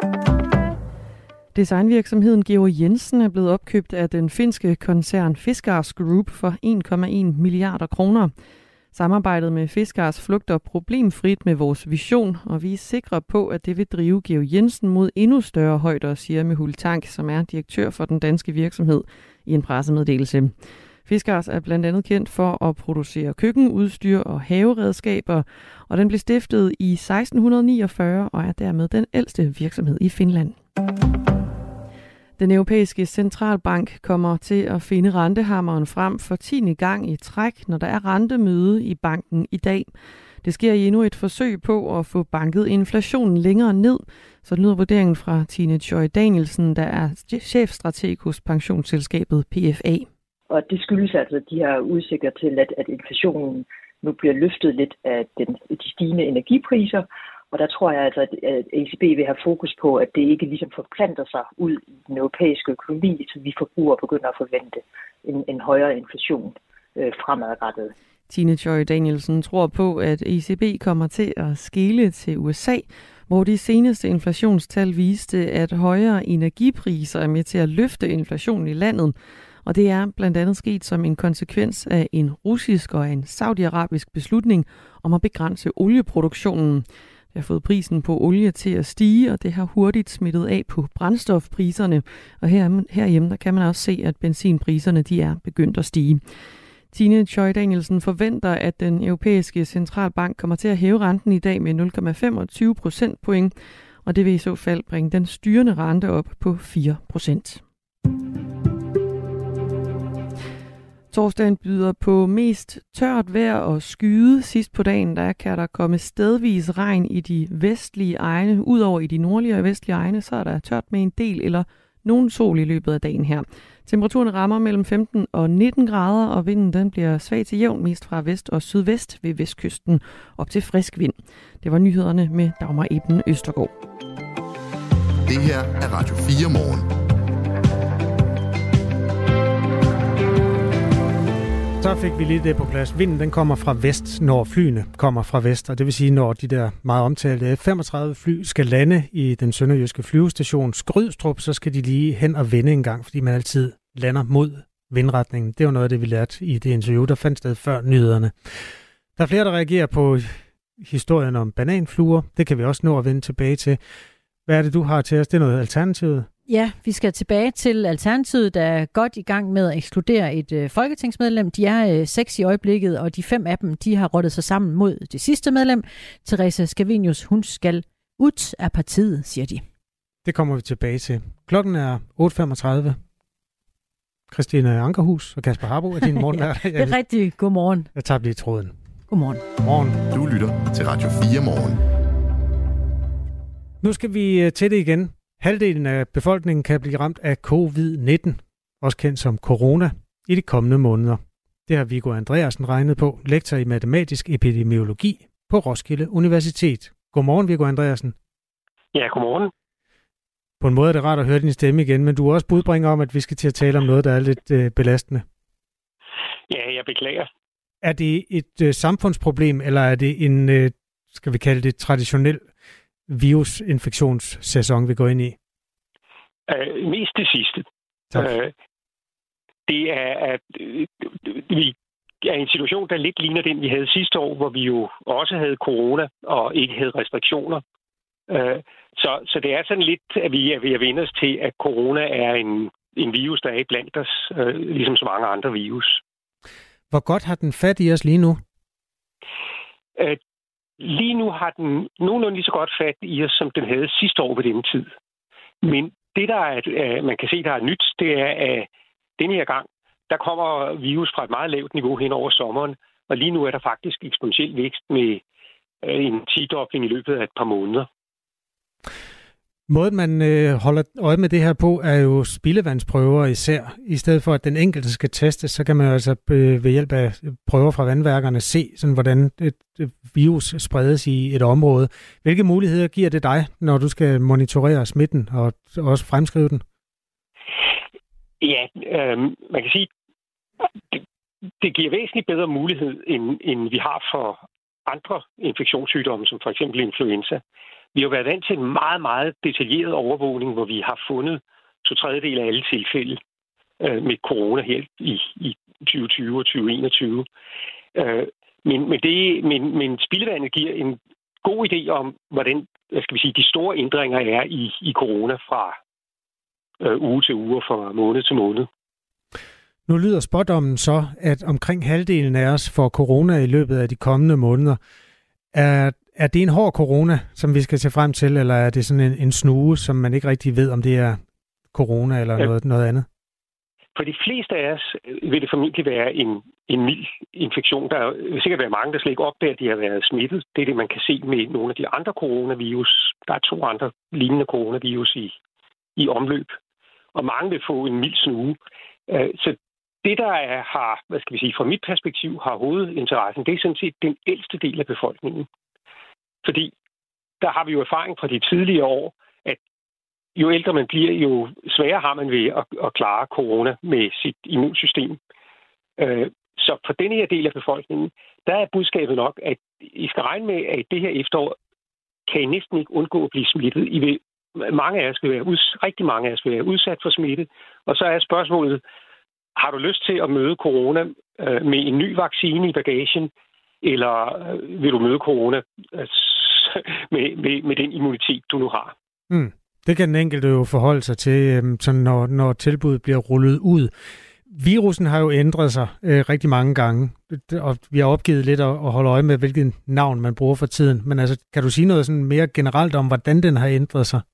Designvirksomheden Georg Jensen er blevet opkøbt af den finske koncern Fiskars Group for 1,1 milliarder kroner. Samarbejdet med Fiskars flugter problemfrit med vores vision, og vi er sikre på, at det vil drive Georg Jensen mod endnu større højder, siger Mehul Tank, som er direktør for den danske virksomhed, i en pressemeddelelse. Fiskars er blandt andet kendt for at producere køkkenudstyr og haveredskaber, og den blev stiftet i 1649 og er dermed den ældste virksomhed i Finland. Den europæiske centralbank kommer til at finde rentehammeren frem for 10. gang i træk, når der er rentemøde i banken i dag. Det sker i endnu et forsøg på at få banket inflationen længere ned, så lyder vurderingen fra Tine Joy Danielsen, der er chefstrateg hos pensionsselskabet PFA. Og det skyldes altså de her udsigter til, at inflationen nu bliver løftet lidt af de stigende energipriser. Og der tror jeg altså, at ECB vil have fokus på, at det ikke ligesom forplanter sig ud i den europæiske økonomi, så vi forbrugere begynder at forvente en højere inflation fremadrettet. Tine Joy Danielsen tror på, at ECB kommer til at skele til USA, hvor de seneste inflationstal viste, at højere energipriser er med til at løfte inflationen i landet. Og det er blandt andet sket som en konsekvens af en russisk og en saudiarabisk beslutning om at begrænse olieproduktionen. Det har fået prisen på olie til at stige, og det har hurtigt smittet af på brændstofpriserne. Og herhjemme der kan man også se, at benzinpriserne de er begyndt at stige. Tine Joy Danielsen forventer, at den europæiske centralbank kommer til at hæve renten i dag med 0,25 procentpoint, og det vil i så fald bringe den styrende rente op på 4%. Torsdagen byder på mest tørt vejr og skyde. Sidst på dagen der kan der komme stedvis regn i de vestlige egne. Udover i de nordlige og vestlige egne, så er der tørt med en del eller nogen sol i løbet af dagen her. Temperaturen rammer mellem 15 og 19 grader, og vinden den bliver svag til jævn, mest fra vest og sydvest ved vestkysten, op til frisk vind. Det var nyhederne med Dagmar Eben Østergaard. Det her er Radio 4 morgen. Så fik vi lige det på plads. Vinden den kommer fra vest, når flyene kommer fra vest, og det vil sige, når de der meget omtalte F-35 fly skal lande i den sønderjyske flyvestation Skrydstrup, så skal de lige hen og vende en gang, fordi man altid lander mod vindretningen. Det var noget af det, vi lærte i det interview, der fandt sted før nyhederne. Der er flere, der reagerer på historien om bananfluer. Det kan vi også nå at vende tilbage til. Hvad er det, du har til os? Det er noget alternativet. Ja, vi skal tilbage til Alternativet, der er godt i gang med at ekskludere et folketingsmedlem. De er 6 i øjeblikket, og de 5 af dem, de har rottet sig sammen mod det sidste medlem. Theresa Scavenius, hun skal ud af partiet, siger de. Det kommer vi tilbage til. Klokken er 8.35. Christine Ankerhus og Kasper Harbo er din morgenvært. Det er rigtig god morgen. Jeg tager lige tråden. Godmorgen. Godmorgen. Du lytter til Radio 4 morgen. Nu skal vi til det igen. Halvdelen af befolkningen kan blive ramt af covid-19, også kendt som corona, i de kommende måneder. Det har Viggo Andreasen regnet på, lektor i matematisk epidemiologi på Roskilde Universitet. Godmorgen, Viggo Andreasen. Ja, godmorgen. På en måde er det rart at høre din stemme igen, men du er også budbringer om, at vi skal til at tale om noget, der er lidt belastende. Ja, jeg beklager. Er det et samfundsproblem, eller er det en, skal vi kalde det, traditionel virusinfektionssæson, vi går ind i? Mest det sidste. Det er, at vi er i en situation, der lidt ligner den, vi havde sidste år, hvor vi jo også havde corona og ikke havde restriktioner. Så det er sådan lidt, at vi er ved at vende os til, at corona er en virus, der er iblandt os, ligesom så mange andre virus. Hvor godt har den fat i os lige nu? Lige nu har den nogenlunde lige så godt fat i os, som den havde sidste år ved denne tid. Men det, der er, man kan se, der er nyt, det er, at denne her gang, der kommer virus fra et meget lavt niveau hen over sommeren, og lige nu er der faktisk eksponentiel vækst med en 10-dobling i løbet af et par måneder. Måden, man holder øje med det her på, er jo spildevandsprøver især. I stedet for, at den enkelte skal testes, så kan man jo altså ved hjælp af prøver fra vandværkerne se, sådan, hvordan et virus spredes i et område. Hvilke muligheder giver det dig, når du skal monitorere smitten og også fremskrive den? Ja, man kan sige, det giver væsentligt bedre mulighed, end vi har for andre infektionssygdomme, som for eksempel influenza. Vi har været vant til en meget, meget detaljeret overvågning, hvor vi har fundet 2/3 af alle tilfælde med corona her i 2020 og 2021. Men spildevandet giver en god idé om, hvordan de store ændringer er i corona fra uge til uge og fra måned til måned. Nu lyder spådommen så, at omkring halvdelen af os får corona i løbet af de kommende måneder. Er det en hård corona, som vi skal se frem til, eller er det sådan en snue, som man ikke rigtig ved, om det er corona eller noget andet? For de fleste af os vil det formentlig være en mild infektion. Der vil sikkert være mange, der slet ikke opdager, at de har været smittet. Det er det, man kan se med nogle af de andre coronavirus. Der er 2 andre lignende coronavirus i omløb. Og mange vil få en mild snue. Så det, der har, fra mit perspektiv, har hovedinteressen, det er sådan set den ældste del af befolkningen. Fordi der har vi jo erfaring fra de tidligere år, at jo ældre man bliver, jo sværere har man ved at klare corona med sit immunsystem. Så for denne her del af befolkningen, der er budskabet nok, at I skal regne med, at det her efterår kan I næsten ikke undgå at blive smittet. Rigtig mange af os vil være udsat for smitte. Og så er spørgsmålet, har du lyst til at møde corona med en ny vaccine i bagagen, eller vil du møde corona med den immunitet, du nu har? Det kan den enkelte jo forholde sig til, når tilbuddet bliver rullet ud. Virusen har jo ændret sig rigtig mange gange, og vi har opgivet lidt at holde øje med, hvilket navn man bruger for tiden. Men altså, kan du sige noget sådan mere generelt om, hvordan den har ændret sig?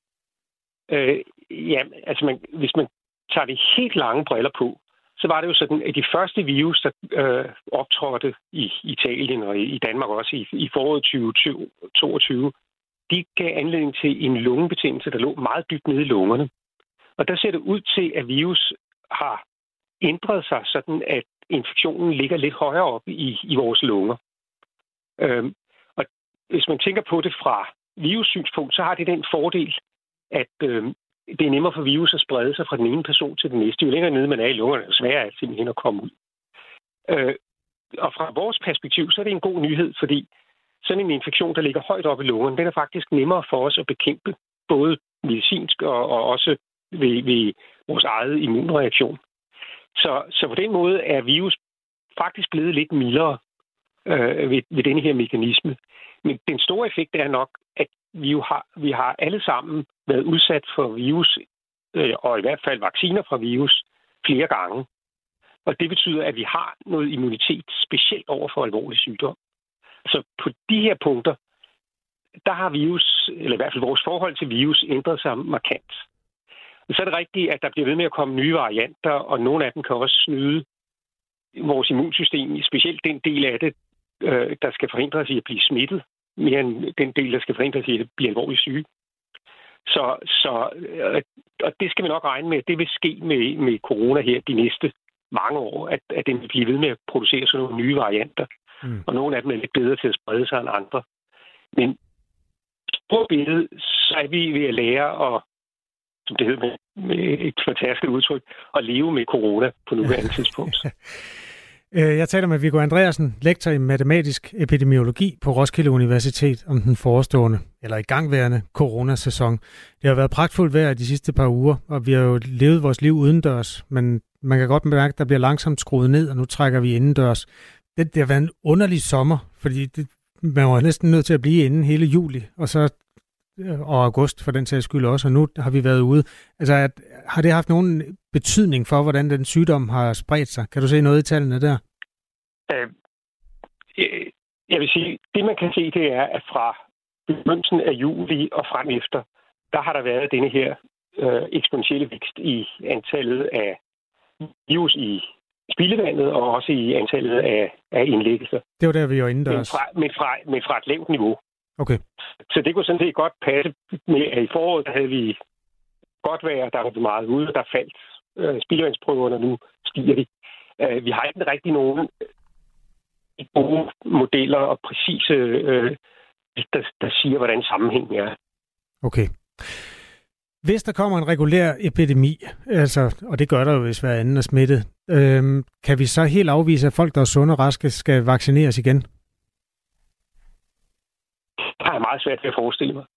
Hvis man tager de helt lange briller på, så var det jo sådan, at de første virus, der optrådte i Italien og i Danmark også i foråret 2022, de gav anledning til en lungebetændelse, der lå meget dybt nede i lungerne. Og der ser det ud til, at virus har ændret sig sådan, at infektionen ligger lidt højere op i vores lunger. Og hvis man tænker på det fra virussynspunkt, så har det den fordel, at det er nemmere for virus at sprede sig fra den ene person til den næste. Jo længere nede man er i lungerne, jo sværere er det simpelthen at komme ud. Og fra vores perspektiv, så er det en god nyhed, fordi sådan en infektion, der ligger højt oppe i lungerne, den er faktisk nemmere for os at bekæmpe, både medicinsk og også ved vores eget immunreaktion. Så på den måde er virus faktisk blevet lidt mildere ved denne her mekanisme. Men den store effekt er nok, at vi har alle sammen været udsat for virus og i hvert fald vacciner fra virus, flere gange. Og det betyder, at vi har noget immunitet specielt over for alvorlig sygdom. Så på de her punkter, der har virus, eller i hvert fald vores forhold til virus, ændret sig markant. Og så er det rigtigt, at der bliver ved med at komme nye varianter, og nogle af dem kan også snyde vores immunsystem, specielt den del af det, der skal forhindre os i at blive smittet, mere end den del, der skal forhindre os i at blive alvorligt syge. Og det skal vi nok regne med, det vil ske med corona her de næste mange år, at den vil blive ved med at producere sådan nogle nye varianter. Og nogle af dem er lidt bedre til at sprede sig end andre. Men på billedet, så er vi ved at lære at, som det hedder med et fantastisk udtryk, at leve med corona på nuværende tidspunkt. Jeg taler med Viggo Andreasen, lektor i matematisk epidemiologi på Roskilde Universitet om den forestående, eller igangværende coronasæson. Det har været pragtfuldt vejr de sidste par uger, og vi har jo levet vores liv udendørs, men man kan godt mærke, at der bliver langsomt skruet ned, og nu trækker vi indendørs. Det har været en underlig sommer, fordi man var næsten nødt til at blive inde hele juli, og august for den sags skyld også, og nu har vi været ude. Altså, har det haft nogen betydning for, hvordan den sygdom har spredt sig? Kan du se noget i tallene der? Jeg vil sige, det man kan se, det er, at fra begyndelsen af juli og frem efter, der har der været denne her eksponentielle vækst i antallet af virus i spildevandet og også i antallet af indlæggelser. Det var der, vi var indendørs. Men fra et lavt niveau. Okay. Så det kunne sådan set godt passe med, at i foråret der havde vi godt vejr, der var meget ude, der faldt spildevandsprøverne, og nu stiger de. Vi har ikke rigtig nogen gode modeller og præcise, der siger, hvordan sammenhængen er. Okay. Hvis der kommer en regulær epidemi, altså, og det gør der jo, hvis hver anden er smittet, kan vi så helt afvise, at folk, der er sunde og raske, skal vaccineres igen? Det er meget svært ved at forestille mig.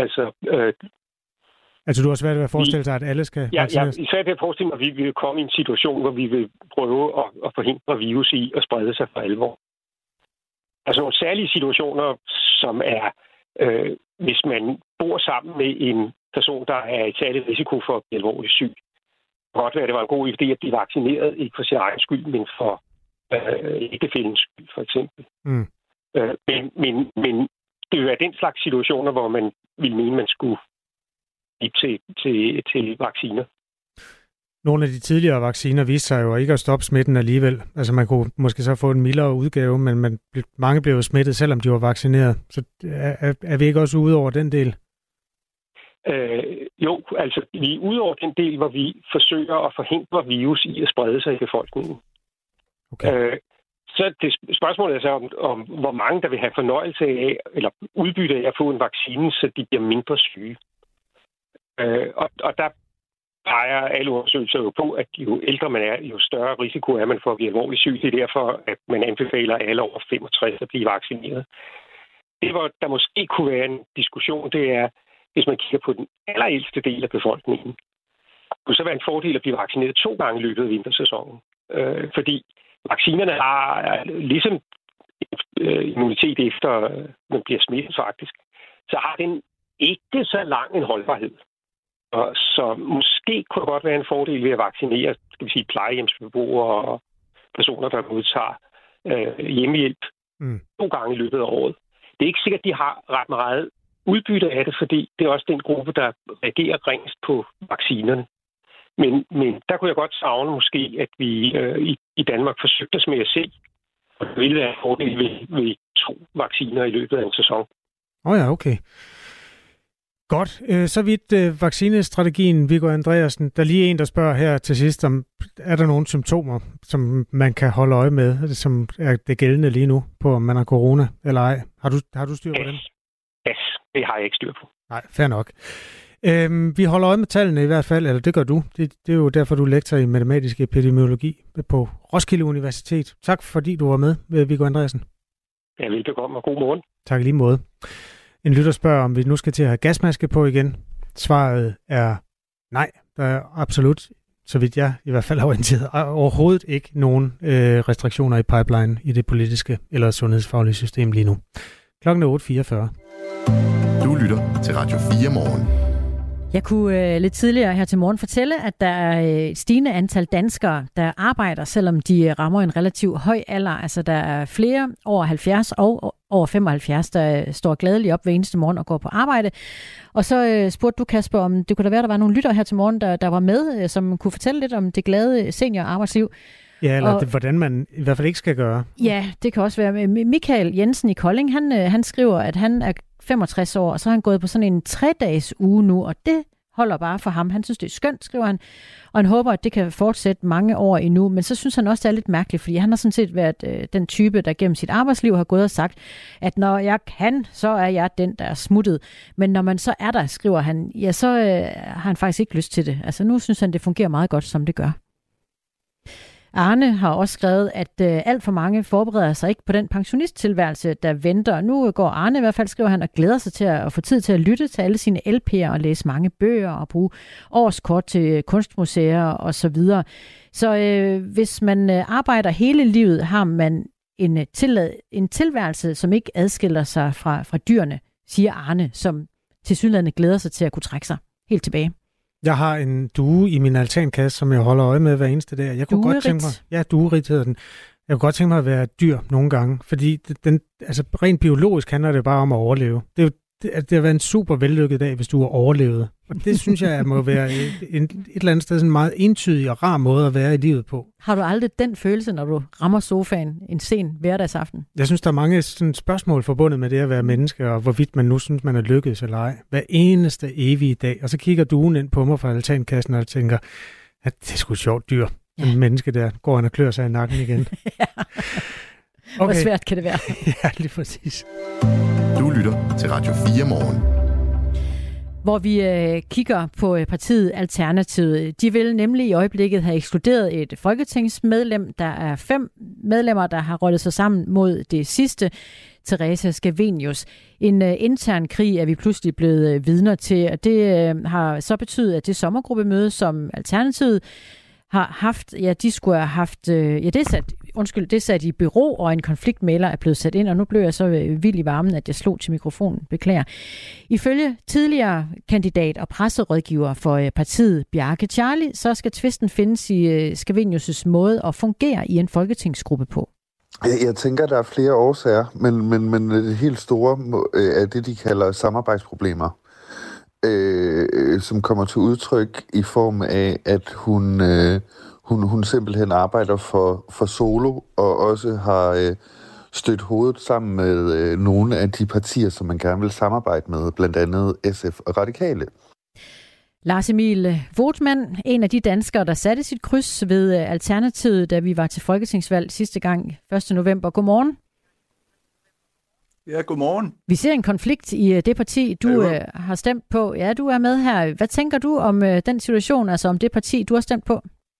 Altså, du har svært ved at forestille dig, at alle skal vaccineres? Jeg er svært ved at forestille mig, at vi vil komme i en situation, hvor vi vil prøve at forhindre virus i at sprede sig for alvor. Altså nogle særlige situationer, som er, hvis man bor sammen med en person, der er i særlig risiko for at blive alvorligt syg. Det kan godt være, at det var en god idé at blive vaccineret, ikke for sin egen skyld, men for ægtefællens skyld, for eksempel. Men det vil være den slags situationer, hvor man ville mene, man skulle til vacciner. Nogle af de tidligere vacciner viste sig jo ikke at stoppe smitten alligevel. Altså man kunne måske så få en mildere udgave, men mange blev smittet, selvom de var vaccineret. Så er vi ikke også ude over den del? Jo, altså vi er ude over den del, hvor vi forsøger at forhindre virus i at sprede sig i befolkningen. Okay. Så det spørgsmålet er så om hvor mange, der vil have fornøjelse af, eller udbytte af at få en vaccine, så de bliver mindre syge. Og der peger alle undersøgelser jo på, at jo ældre man er, jo større risiko er man for at blive alvorligt syg. Det er derfor, at man anbefaler alle over 65 at blive vaccineret. Det, hvor der måske kunne være en diskussion, det er, hvis man kigger på den allerældste del af befolkningen, kunne så være en fordel at blive vaccineret 2 gange i løbet af vintersæsonen. Fordi vaccinerne har ligesom immunitet efter, man bliver smittet faktisk, så har den ikke så lang en holdbarhed. Og så måske kunne det godt være en fordel ved at vaccinere, skal vi sige, plejehjemsbeboere og personer, der modtager hjemmehjælp 2 gange i løbet af året. Det er ikke sikkert, at de har ret meget udbytte af det, fordi det er også den gruppe, der reagerer ringest på vaccinerne. Men der kunne jeg godt savne måske, at vi i Danmark forsøgte os med at se, og det ville være en fordel ved 2 vacciner i løbet af en sæson. Ja, okay. Godt. Så vidt vaccinestrategien, Viggo Andreasen. Der er lige en, der spørger her til sidst, om er der nogle symptomer, som man kan holde øje med, som er det gældende lige nu, på om man har corona eller ej. Har du styr på dem? Yes, det har jeg ikke styr på. Nej, fair nok. Vi holder øje med tallene i hvert fald, eller det gør du. Det er jo derfor, du er lektor i matematisk epidemiologi på Roskilde Universitet. Tak fordi du var med, Viggo Andreasen. Ja, velbekomme og god morgen. Tak i lige måde. En lytter spørger, om vi nu skal til at have gasmaske på igen. Svaret er nej. Der er absolut, så vidt jeg i hvert fald har orienteret, overhovedet ikke nogen restriktioner i pipeline i det politiske eller sundhedsfaglige system lige nu. Klokken er 8.44. Du lytter til Radio 4 morgen. Jeg kunne lidt tidligere her til morgen fortælle, at der er et stigende antal danskere, der arbejder, selvom de rammer en relativt høj alder. Altså der er flere over 70 og over 75, der står gladeligt op hver eneste morgen og går på arbejde. Og så spurgte du, Kasper, om det kunne da være, der var nogle lyttere her til morgen, der var med, som kunne fortælle lidt om det glade seniorarbejdsliv. Ja, eller hvordan man i hvert fald ikke skal gøre. Ja, det kan også være. Michael Jensen i Kolding, han skriver, at han er 65 år, og så har han gået på sådan en 3-dages uge nu, og det holder bare for ham. Han synes, det er skønt, skriver han, og han håber, at det kan fortsætte mange år endnu. Men så synes han også, det er lidt mærkeligt, fordi han har sådan set været den type, der gennem sit arbejdsliv har gået og sagt, at når jeg kan, så er jeg den, der er smuttet. Men når man så er der, skriver han, ja, så har han faktisk ikke lyst til det. Altså nu synes han, det fungerer meget godt, som det gør. Arne har også skrevet, at alt for mange forbereder sig ikke på den pensionisttilværelse, der venter. Nu går Arne i hvert fald, skriver han, og glæder sig til at få tid til at lytte til alle sine LP'er og læse mange bøger og bruge årskort til kunstmuseer og så videre. Så hvis man arbejder hele livet, har man en tilværelse, som ikke adskiller sig fra dyrene, siger Arne, som tilsyneladende glæder sig til at kunne trække sig helt tilbage. Jeg har en due i min altankasse, som jeg holder øje med hver eneste dag. Jeg kunne godt tænke mig, ja, duerit hedder den. Jeg kunne godt tænke mig at være dyr nogle gange, fordi altså rent biologisk handler det bare om at overleve. Det har været en super vellykket dag, hvis du har overlevet. Og det synes jeg må være et eller andet sted sådan en meget entydig og rar måde at være i livet på. Har du aldrig den følelse, når du rammer sofaen en sen hverdagsaften? Jeg synes, der er mange sådan spørgsmål forbundet med det at være menneske, og hvorvidt man nu synes, man er lykkedes eller ej. Hver eneste evige dag. Og så kigger duen ind på mig fra altankassen og tænker, at det er sgu et sjovt dyr. Ja. En menneske der går han og klør sig i nakken igen. Ja. Okay. Hvor svært kan det være? Ja, lige præcis. Du lytter til Radio 4 Morgen. Hvor vi kigger på partiet Alternativet. De vil nemlig i øjeblikket have ekskluderet et folketingsmedlem. Der er 5 medlemmer, der har rottet sig sammen mod det sidste, Theresa Scavenius. En intern krig er vi pludselig blevet vidner til, og det har så betydet, at det sommergruppemøde, som Alternativet har haft, ja, de skulle have haft, det er sat i bero, og en konfliktmægler er blevet sat ind, og nu blev jeg så vild i varmen, at jeg slog til mikrofonen. Beklager. Ifølge tidligere kandidat og presserådgiver for partiet Bjarke Charlie, så skal tvisten findes i Scavenius' måde at fungere i en folketingsgruppe på. Jeg tænker, der er flere årsager, men det helt store er det, de kalder samarbejdsproblemer. Som kommer til udtryk i form af, at hun simpelthen arbejder for solo, og også har stødt hovedet sammen med nogle af de partier, som man gerne vil samarbejde med, blandt andet SF og Radikale. Lars Emil Voetmann, en af de danskere, der satte sit kryds ved Alternativet, da vi var til folketingsvalg sidste gang 1. november. Godmorgen. Ja, godmorgen. Vi ser en konflikt i det parti, du har stemt på. Ja, du er med her. Hvad tænker du om den situation, altså om det parti, du har stemt på?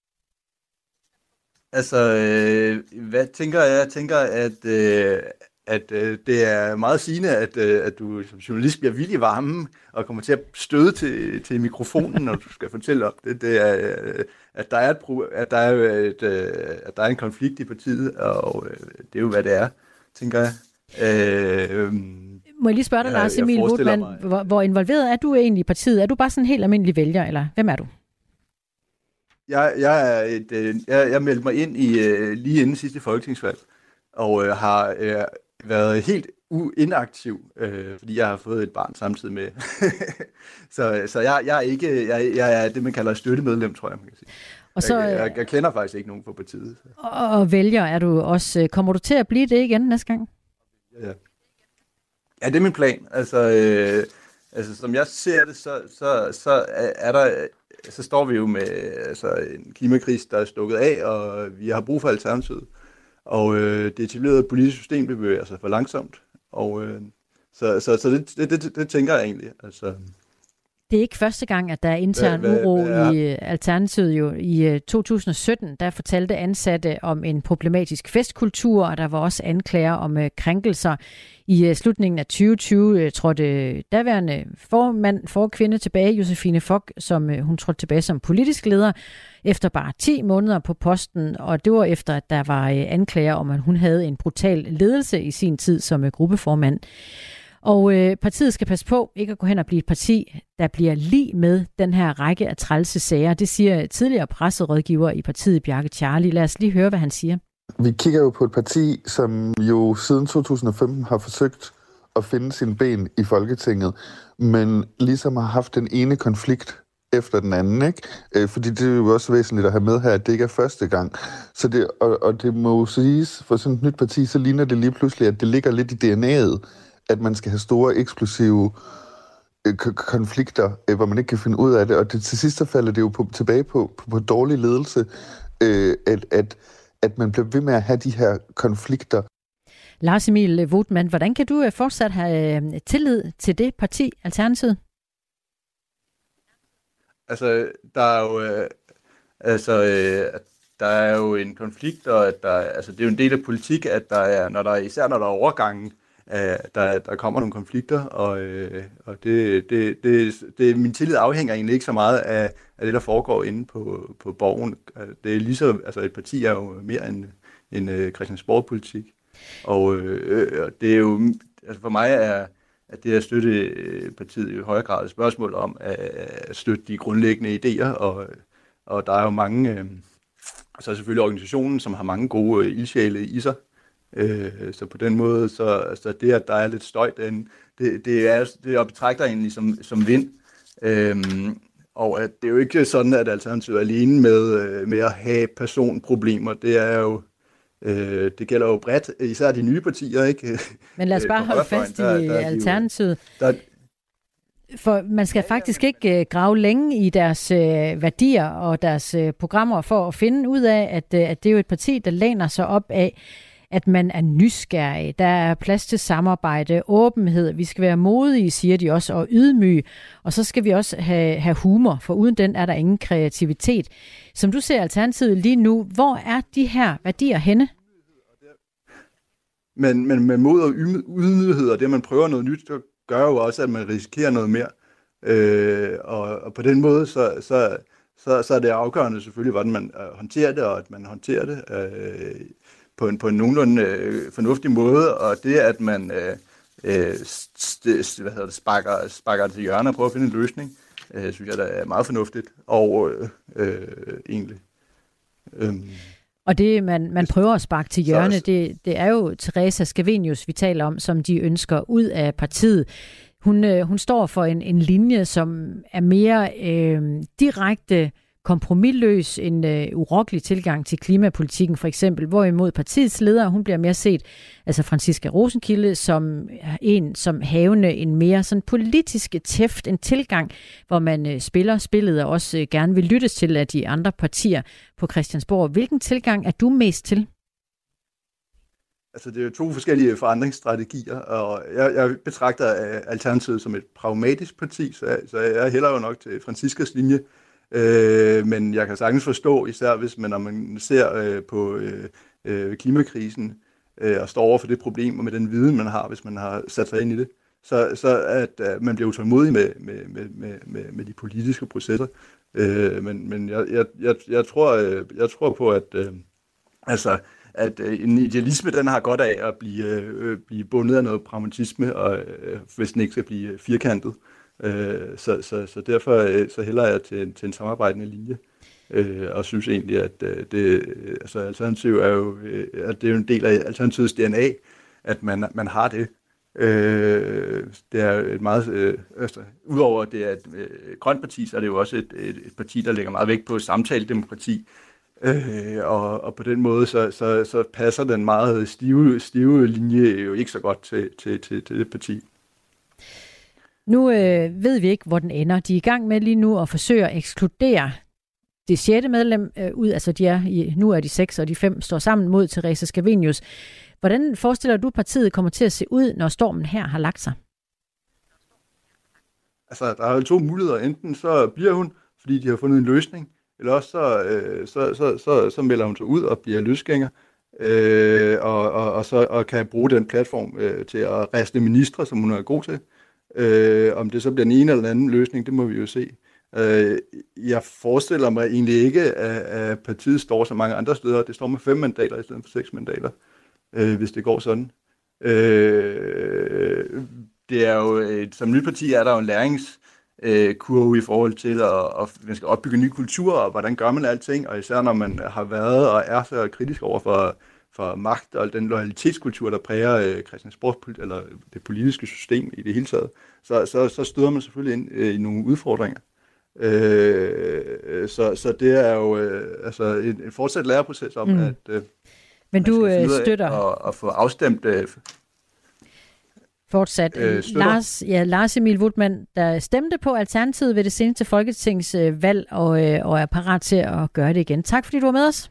Altså, hvad tænker jeg? Jeg tænker, at det er meget sigende, at du som journalist bliver vildt i varmen og kommer til at støde til mikrofonen, når du skal fortælle om det. Det er, at der er en konflikt i partiet, og det er jo, hvad det er, tænker jeg. Må jeg lige spørge dig, Lars Emil Voetmann, hvor involveret er du egentlig i partiet? Er du bare sådan en helt almindelig vælger, eller hvem er du? Jeg meldte mig ind lige inden sidste folketingsvalg, og har været helt inaktiv, fordi jeg har fået et barn samtidig med. så jeg er det, man kalder støttemedlem, tror jeg, man kan sige. Og så, jeg kender faktisk ikke nogen på partiet. Og vælger er du også. Kommer du til at blive det igen næste gang? Ja, det er min plan. Altså som jeg ser det, så står vi jo med en klimakrise, der er stukket af, og vi har brug for alternativet. Og det etablerede politiske system bevæger sig for langsomt. Og så det tænker jeg egentlig. Altså. Det er ikke første gang, at der er intern uro i Alternativet. Jo. I 2017, der fortalte ansatte om en problematisk festkultur, og der var også anklager om krænkelser. I slutningen af 2020 trådte daværende forkvinde tilbage, Josefine Fock, som hun trådte tilbage som politisk leder, efter bare 10 måneder på posten, og det var efter, at der var anklager om, at hun havde en brutal ledelse i sin tid som gruppeformand. Og partiet skal passe på ikke at gå hen og blive et parti, der bliver lig med den her række af trælse sager. Det siger tidligere presserådgiver i partiet, Bjarke Charlie. Lad os lige høre, hvad han siger. Vi kigger jo på et parti, som jo siden 2015 har forsøgt at finde sine ben i Folketinget, men ligesom har haft den ene konflikt efter den anden, ikke? Fordi det er jo også væsentligt at have med her, at det ikke er første gang. Så det, og det må jo siges, for sådan et nyt parti, så ligner det lige pludselig, at det ligger lidt i DNA'et, at man skal have store, eksplosive konflikter, hvor man ikke kan finde ud af det. Og det, til sidst så falder det jo tilbage på dårlig ledelse, at man bliver ved med at have de her konflikter. Lars Emil Voetmann, hvordan kan du fortsat have tillid til det parti, Alternativet? Altså, der er jo en konflikt, og at det er jo en del af politik, at især når der er overgangen, der kommer nogle konflikter, og min tillid afhænger egentlig ikke så meget af det, der foregår inde på borgen. Det er ligesom, altså et parti er jo mere end Christiansborg-politik, og det er jo, altså for mig er at det at støtte partiet i højere grad et spørgsmål om at støtte de grundlæggende idéer, og der er jo mange, så er selvfølgelig organisationen, som har mange gode ildsjæle i sig, så på den måde, så det, at der er lidt støj, det betragter egentlig som vind, og at det er jo ikke sådan, at Alternativet er alene med at have personproblemer, det er jo det gælder jo bredt, især de nye partier, ikke? Men lad os bare holde fast i Alternativet. For man skal faktisk ikke grave længe i deres værdier og deres programmer for at finde ud af, at det er jo et parti, der læner sig op af, at man er nysgerrig. Der er plads til samarbejde, åbenhed. Vi skal være modige, siger de også, og ydmyge. Og så skal vi også have humor, for uden den er der ingen kreativitet. Som du ser Alternativet lige nu, hvor er de her værdier henne? Men med mod og ydmyghed, og det, man prøver noget nyt, så gør jo også, at man risikerer noget mere. Og på den måde, så er det afgørende selvfølgelig, hvordan man håndterer det, og at man håndterer det på en nogenlunde fornuftig måde, og det, at man sparker til hjørne og prøver at finde en løsning, synes jeg, der er meget fornuftigt, og egentlig. Og det, man prøver at sparke til hjørne, det er jo Theresa Scavenius, vi taler om, som de ønsker ud af partiet. Hun står for en linje, som er mere direkte kompromisløs, en urokkelig tilgang til klimapolitikken for eksempel, hvorimod partiets leder, hun bliver mere set, altså Franciska Rosenkilde, som en, som havende en mere sådan politisk tæft, en tilgang, hvor man spiller spillet og også gerne vil lyttes til af de andre partier på Christiansborg. Hvilken tilgang er du mest til? Altså, det er jo to forskellige forandringsstrategier, og jeg betragter Alternativet som et pragmatisk parti, så jeg hælder jo nok til Franciskas linje. Men jeg kan sagtens forstå, især hvis når man ser på klimakrisen og står over for det problem, og med den viden, man har, hvis man har sat sig ind i det, så at man bliver utålmodig med de politiske processer. Men jeg tror på, at en idealisme, den har godt af at blive bundet af noget pragmatisme, og hvis den ikke skal blive firkantet. Så derfor så hælder jeg til en samarbejdende linje, og synes egentlig, at Alternativ er jo, at det er jo en del af Alternativets DNA, at man har det. Det er et meget, udover at det er et grønt parti, så er det jo også et parti, der lægger meget vægt på samtaledemokrati, og på den måde så passer den meget stive linje jo ikke så godt til det parti. Nu ved vi ikke, hvor den ender. De er i gang med lige nu at forsøge at ekskludere det 6. medlem ud. Altså nu er de 6, og de 5 står sammen mod Theresa Scavenius. Hvordan forestiller du, partiet kommer til at se ud, når stormen her har lagt sig? Altså, der er jo 2 muligheder. Enten så bliver hun, fordi de har fundet en løsning, eller også så melder hun sig ud og bliver løsgænger, og kan bruge den platform til at riste ministre, som hun er god til. Om det så bliver den ene eller den anden løsning, det må vi jo se. Jeg forestiller mig egentlig ikke, at partiet står så mange andre steder. Det står med 5 mandater i stedet for 6 mandater, hvis det går sådan. det er jo, som nyt parti er der jo en læringskurve i forhold til at man skal opbygge ny kultur, og hvordan gør man alting, og især når man har været og er så kritisk over for magt og den loyalitetskultur, der præger Christiansborg, eller det politiske system i det hele taget, så støder man selvfølgelig ind i nogle udfordringer. Så det er jo en fortsat læreproces om, at men du støtter og få afstemt fortsat. Lars Emil Wutmann, der stemte på Alternativet ved det seneste folketingsvalg og er parat til at gøre det igen. Tak fordi du var med os.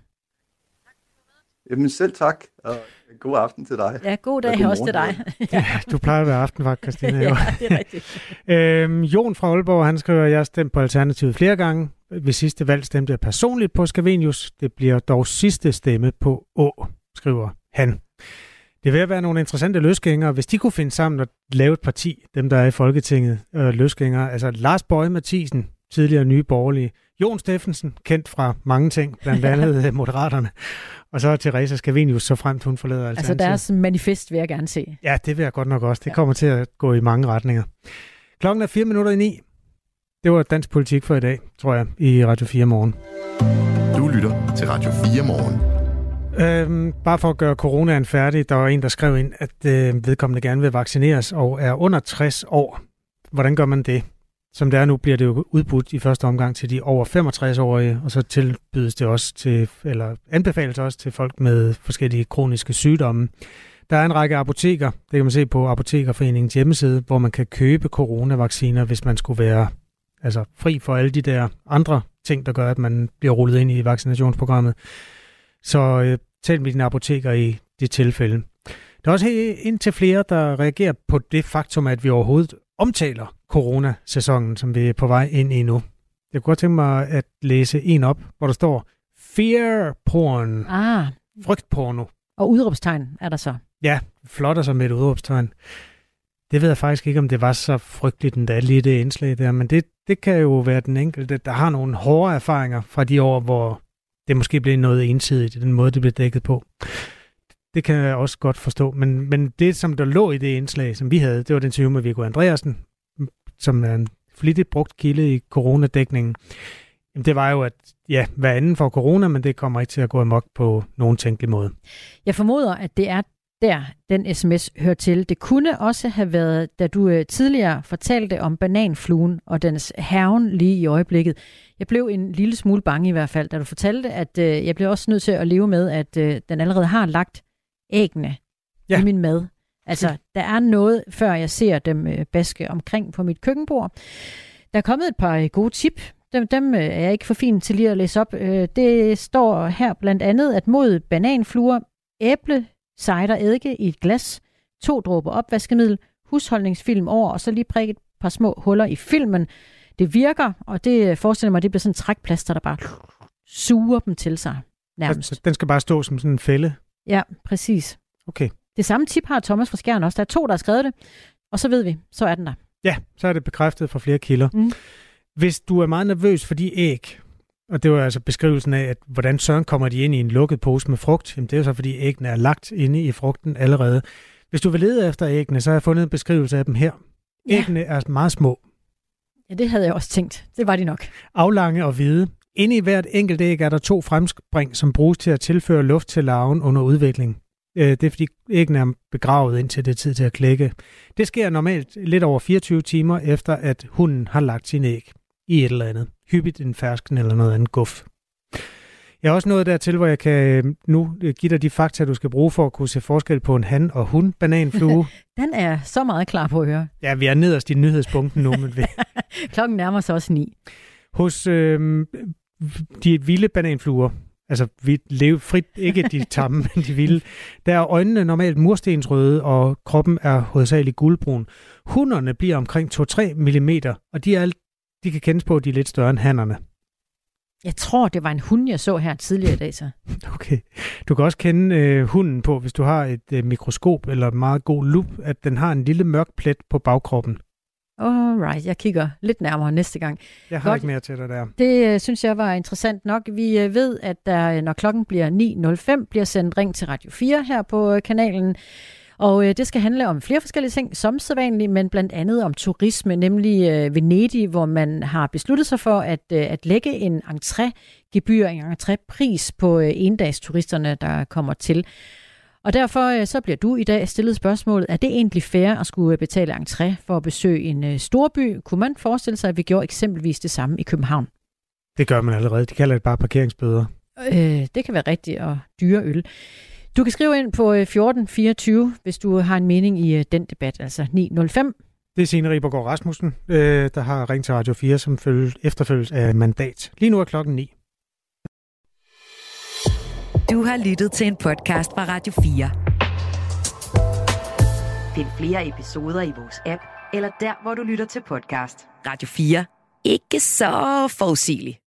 Jamen selv tak, og god aften til dig. Ja, god dag også til dig. Ja, du plejer at være aftenvagt, Christina. Ja, det er rigtigt. Jon fra Aalborg, han skriver, at jeg har stemt på Alternativet flere gange. Ved sidste valg stemte jeg personligt på Scavenius. Det bliver dog sidste stemme på Å, skriver han. Det vil være nogle interessante løsgængere, hvis de kunne finde sammen og lave et parti, dem der er i Folketinget, løsgængere. Altså Lars Boje Mathiesen, tidligere Nye Borgerlige, Jon Steffensen, kendt fra mange ting, blandt andet Moderaterne, og så Theresa Scavenius, så frem til hun forlader Alternativet. Altså deres manifest vil jeg gerne se. Ja, det vil jeg godt nok også. Det kommer til at gå i mange retninger. Klokken er 8:04. Det var dansk politik for i dag, tror jeg, i Radio 4 Morgen. Du lytter til Radio 4 Morgen. Bare for at gøre coronaen færdig, der var en, der skrev ind, at vedkommende gerne vil vaccineres og er under 60 år. Hvordan gør man det? Som det er nu, bliver det jo udbudt i første omgang til de over 65-årige, og så tilbydes det også til, eller anbefales også til folk med forskellige kroniske sygdomme. Der er en række apoteker, det kan man se på Apotekerforeningens hjemmeside, hvor man kan købe coronavacciner, hvis man skulle være fri for alle de der andre ting, der gør, at man bliver rullet ind i vaccinationsprogrammet. Så tal med dine apoteker i det tilfælde. Der er også indtil flere, der reagerer på det faktum, at vi overhovedet omtaler coronasæsonen, som vi er på vej ind i nu. Jeg kunne godt tænke mig at læse en op, hvor der står fear porn. Frygtporno. Og udråbstegn er der så. Ja, flotter sig med et udråbstegn. Det ved jeg faktisk ikke, om det var så frygteligt endda lige det indslag der, men det kan jo være den enkelte, der har nogle hårde erfaringer fra de år, hvor det måske blev noget ensidigt i den måde, det blev dækket på. Det kan jeg også godt forstå, men det, som der lå i det indslag, som vi havde, det var den interview med Viggo Andreasen, som er en flittigt brugt kilde i coronadækningen. Jamen, det var jo, at hver anden får corona, men det kommer ikke til at gå amok på nogen tænkelig måde. Jeg formoder, at det er der, den sms hører til. Det kunne også have været, da du tidligere fortalte om bananfluen og dens hærgen lige i øjeblikket. Jeg blev en lille smule bange i hvert fald, da du fortalte, at jeg blev også nødt til at leve med, at den allerede har lagt æggene i min mad. Altså, der er noget, før jeg ser dem baske omkring på mit køkkenbord. Der er kommet et par gode tip. Dem er jeg ikke for fin til lige at læse op. Det står her blandt andet, at mod bananfluer, æble, cider, eddike i et glas, 2 dråber opvaskemiddel, husholdningsfilm over, og så lige prikke et par små huller i filmen. Det virker, og det forestiller mig, det bliver sådan en trækplaster, der bare suger dem til sig nærmest. Den skal bare stå som sådan en fælde? Ja, præcis. Okay. Det samme tip har Thomas fra Skjern også. Der er 2, der har skrevet det, og så ved vi, så er den der. Ja, så er det bekræftet fra flere kilder. Hvis du er meget nervøs for de æg, og det var altså beskrivelsen af, at hvordan søren kommer de ind i en lukket pose med frugt, jamen det er jo så, fordi æggene er lagt inde i frugten allerede. Hvis du vil lede efter æggene, så har jeg fundet en beskrivelse af dem her. Æggene er meget små. Ja, det havde jeg også tænkt. Det var de nok. Aflange og hvide. Inde i hvert enkelt æg er der 2 fremspring, som bruges til at tilføre luft til larven under udvikling. Det er fordi æggene er begravet indtil det er tid til at klække. Det sker normalt lidt over 24 timer efter, at hunden har lagt sin æg i et eller andet. Hyppigt en fersken eller noget andet guf. Jeg har også nået dertil, hvor jeg kan nu give dig de fakta, du skal bruge for at kunne se forskel på en han- og hund-bananflue. Den er så meget klar på at høre. Ja, vi er nederst i nyhedspunkten nu. Men Klokken nærmer sig også 9. Hos de vilde bananfluer, altså vi lever frit, ikke de tamme, men de vilde, der er øjnene normalt murstensrøde, og kroppen er hovedsageligt guldbrun. Hunderne bliver omkring 2-3 mm, og de kan kendes på, at de er lidt større end hannerne. Jeg tror, det var en hund, jeg så her tidligere i dag, så. Okay. Du kan også kende hunden på, hvis du har et mikroskop eller en meget god lup, at den har en lille mørk plet på bagkroppen. Alright, jeg kigger lidt nærmere næste gang. Jeg har ikke mere til dig der. Det synes jeg var interessant nok. Vi ved, at der, når klokken bliver 9.05, bliver sendt Ring til Radio 4 her på kanalen. Og det skal handle om flere forskellige ting, som sædvanligt, men blandt andet om turisme, nemlig Venedig, hvor man har besluttet sig for at lægge en entrégebyr, en entrépris på endagsturisterne, der kommer til. Og derfor så bliver du i dag stillet spørgsmålet, er det egentlig fair at skulle betale entré for at besøge en storby? Kunne man forestille sig, at vi gjorde eksempelvis det samme i København? Det gør man allerede. De kalder det bare parkeringsbøder. Det kan være rigtigt, og dyre øl. Du kan skrive ind på 1424, hvis du har en mening i den debat, altså 905. Det er Signe Ribergaard Rasmussen, der har ringt til Radio 4, som efterfølges af Mandat. Lige nu er klokken 9. Du har lyttet til en podcast fra Radio 4. Find flere episoder i vores app, eller der, hvor du lytter til podcast. Radio 4. Ikke så forudsigeligt.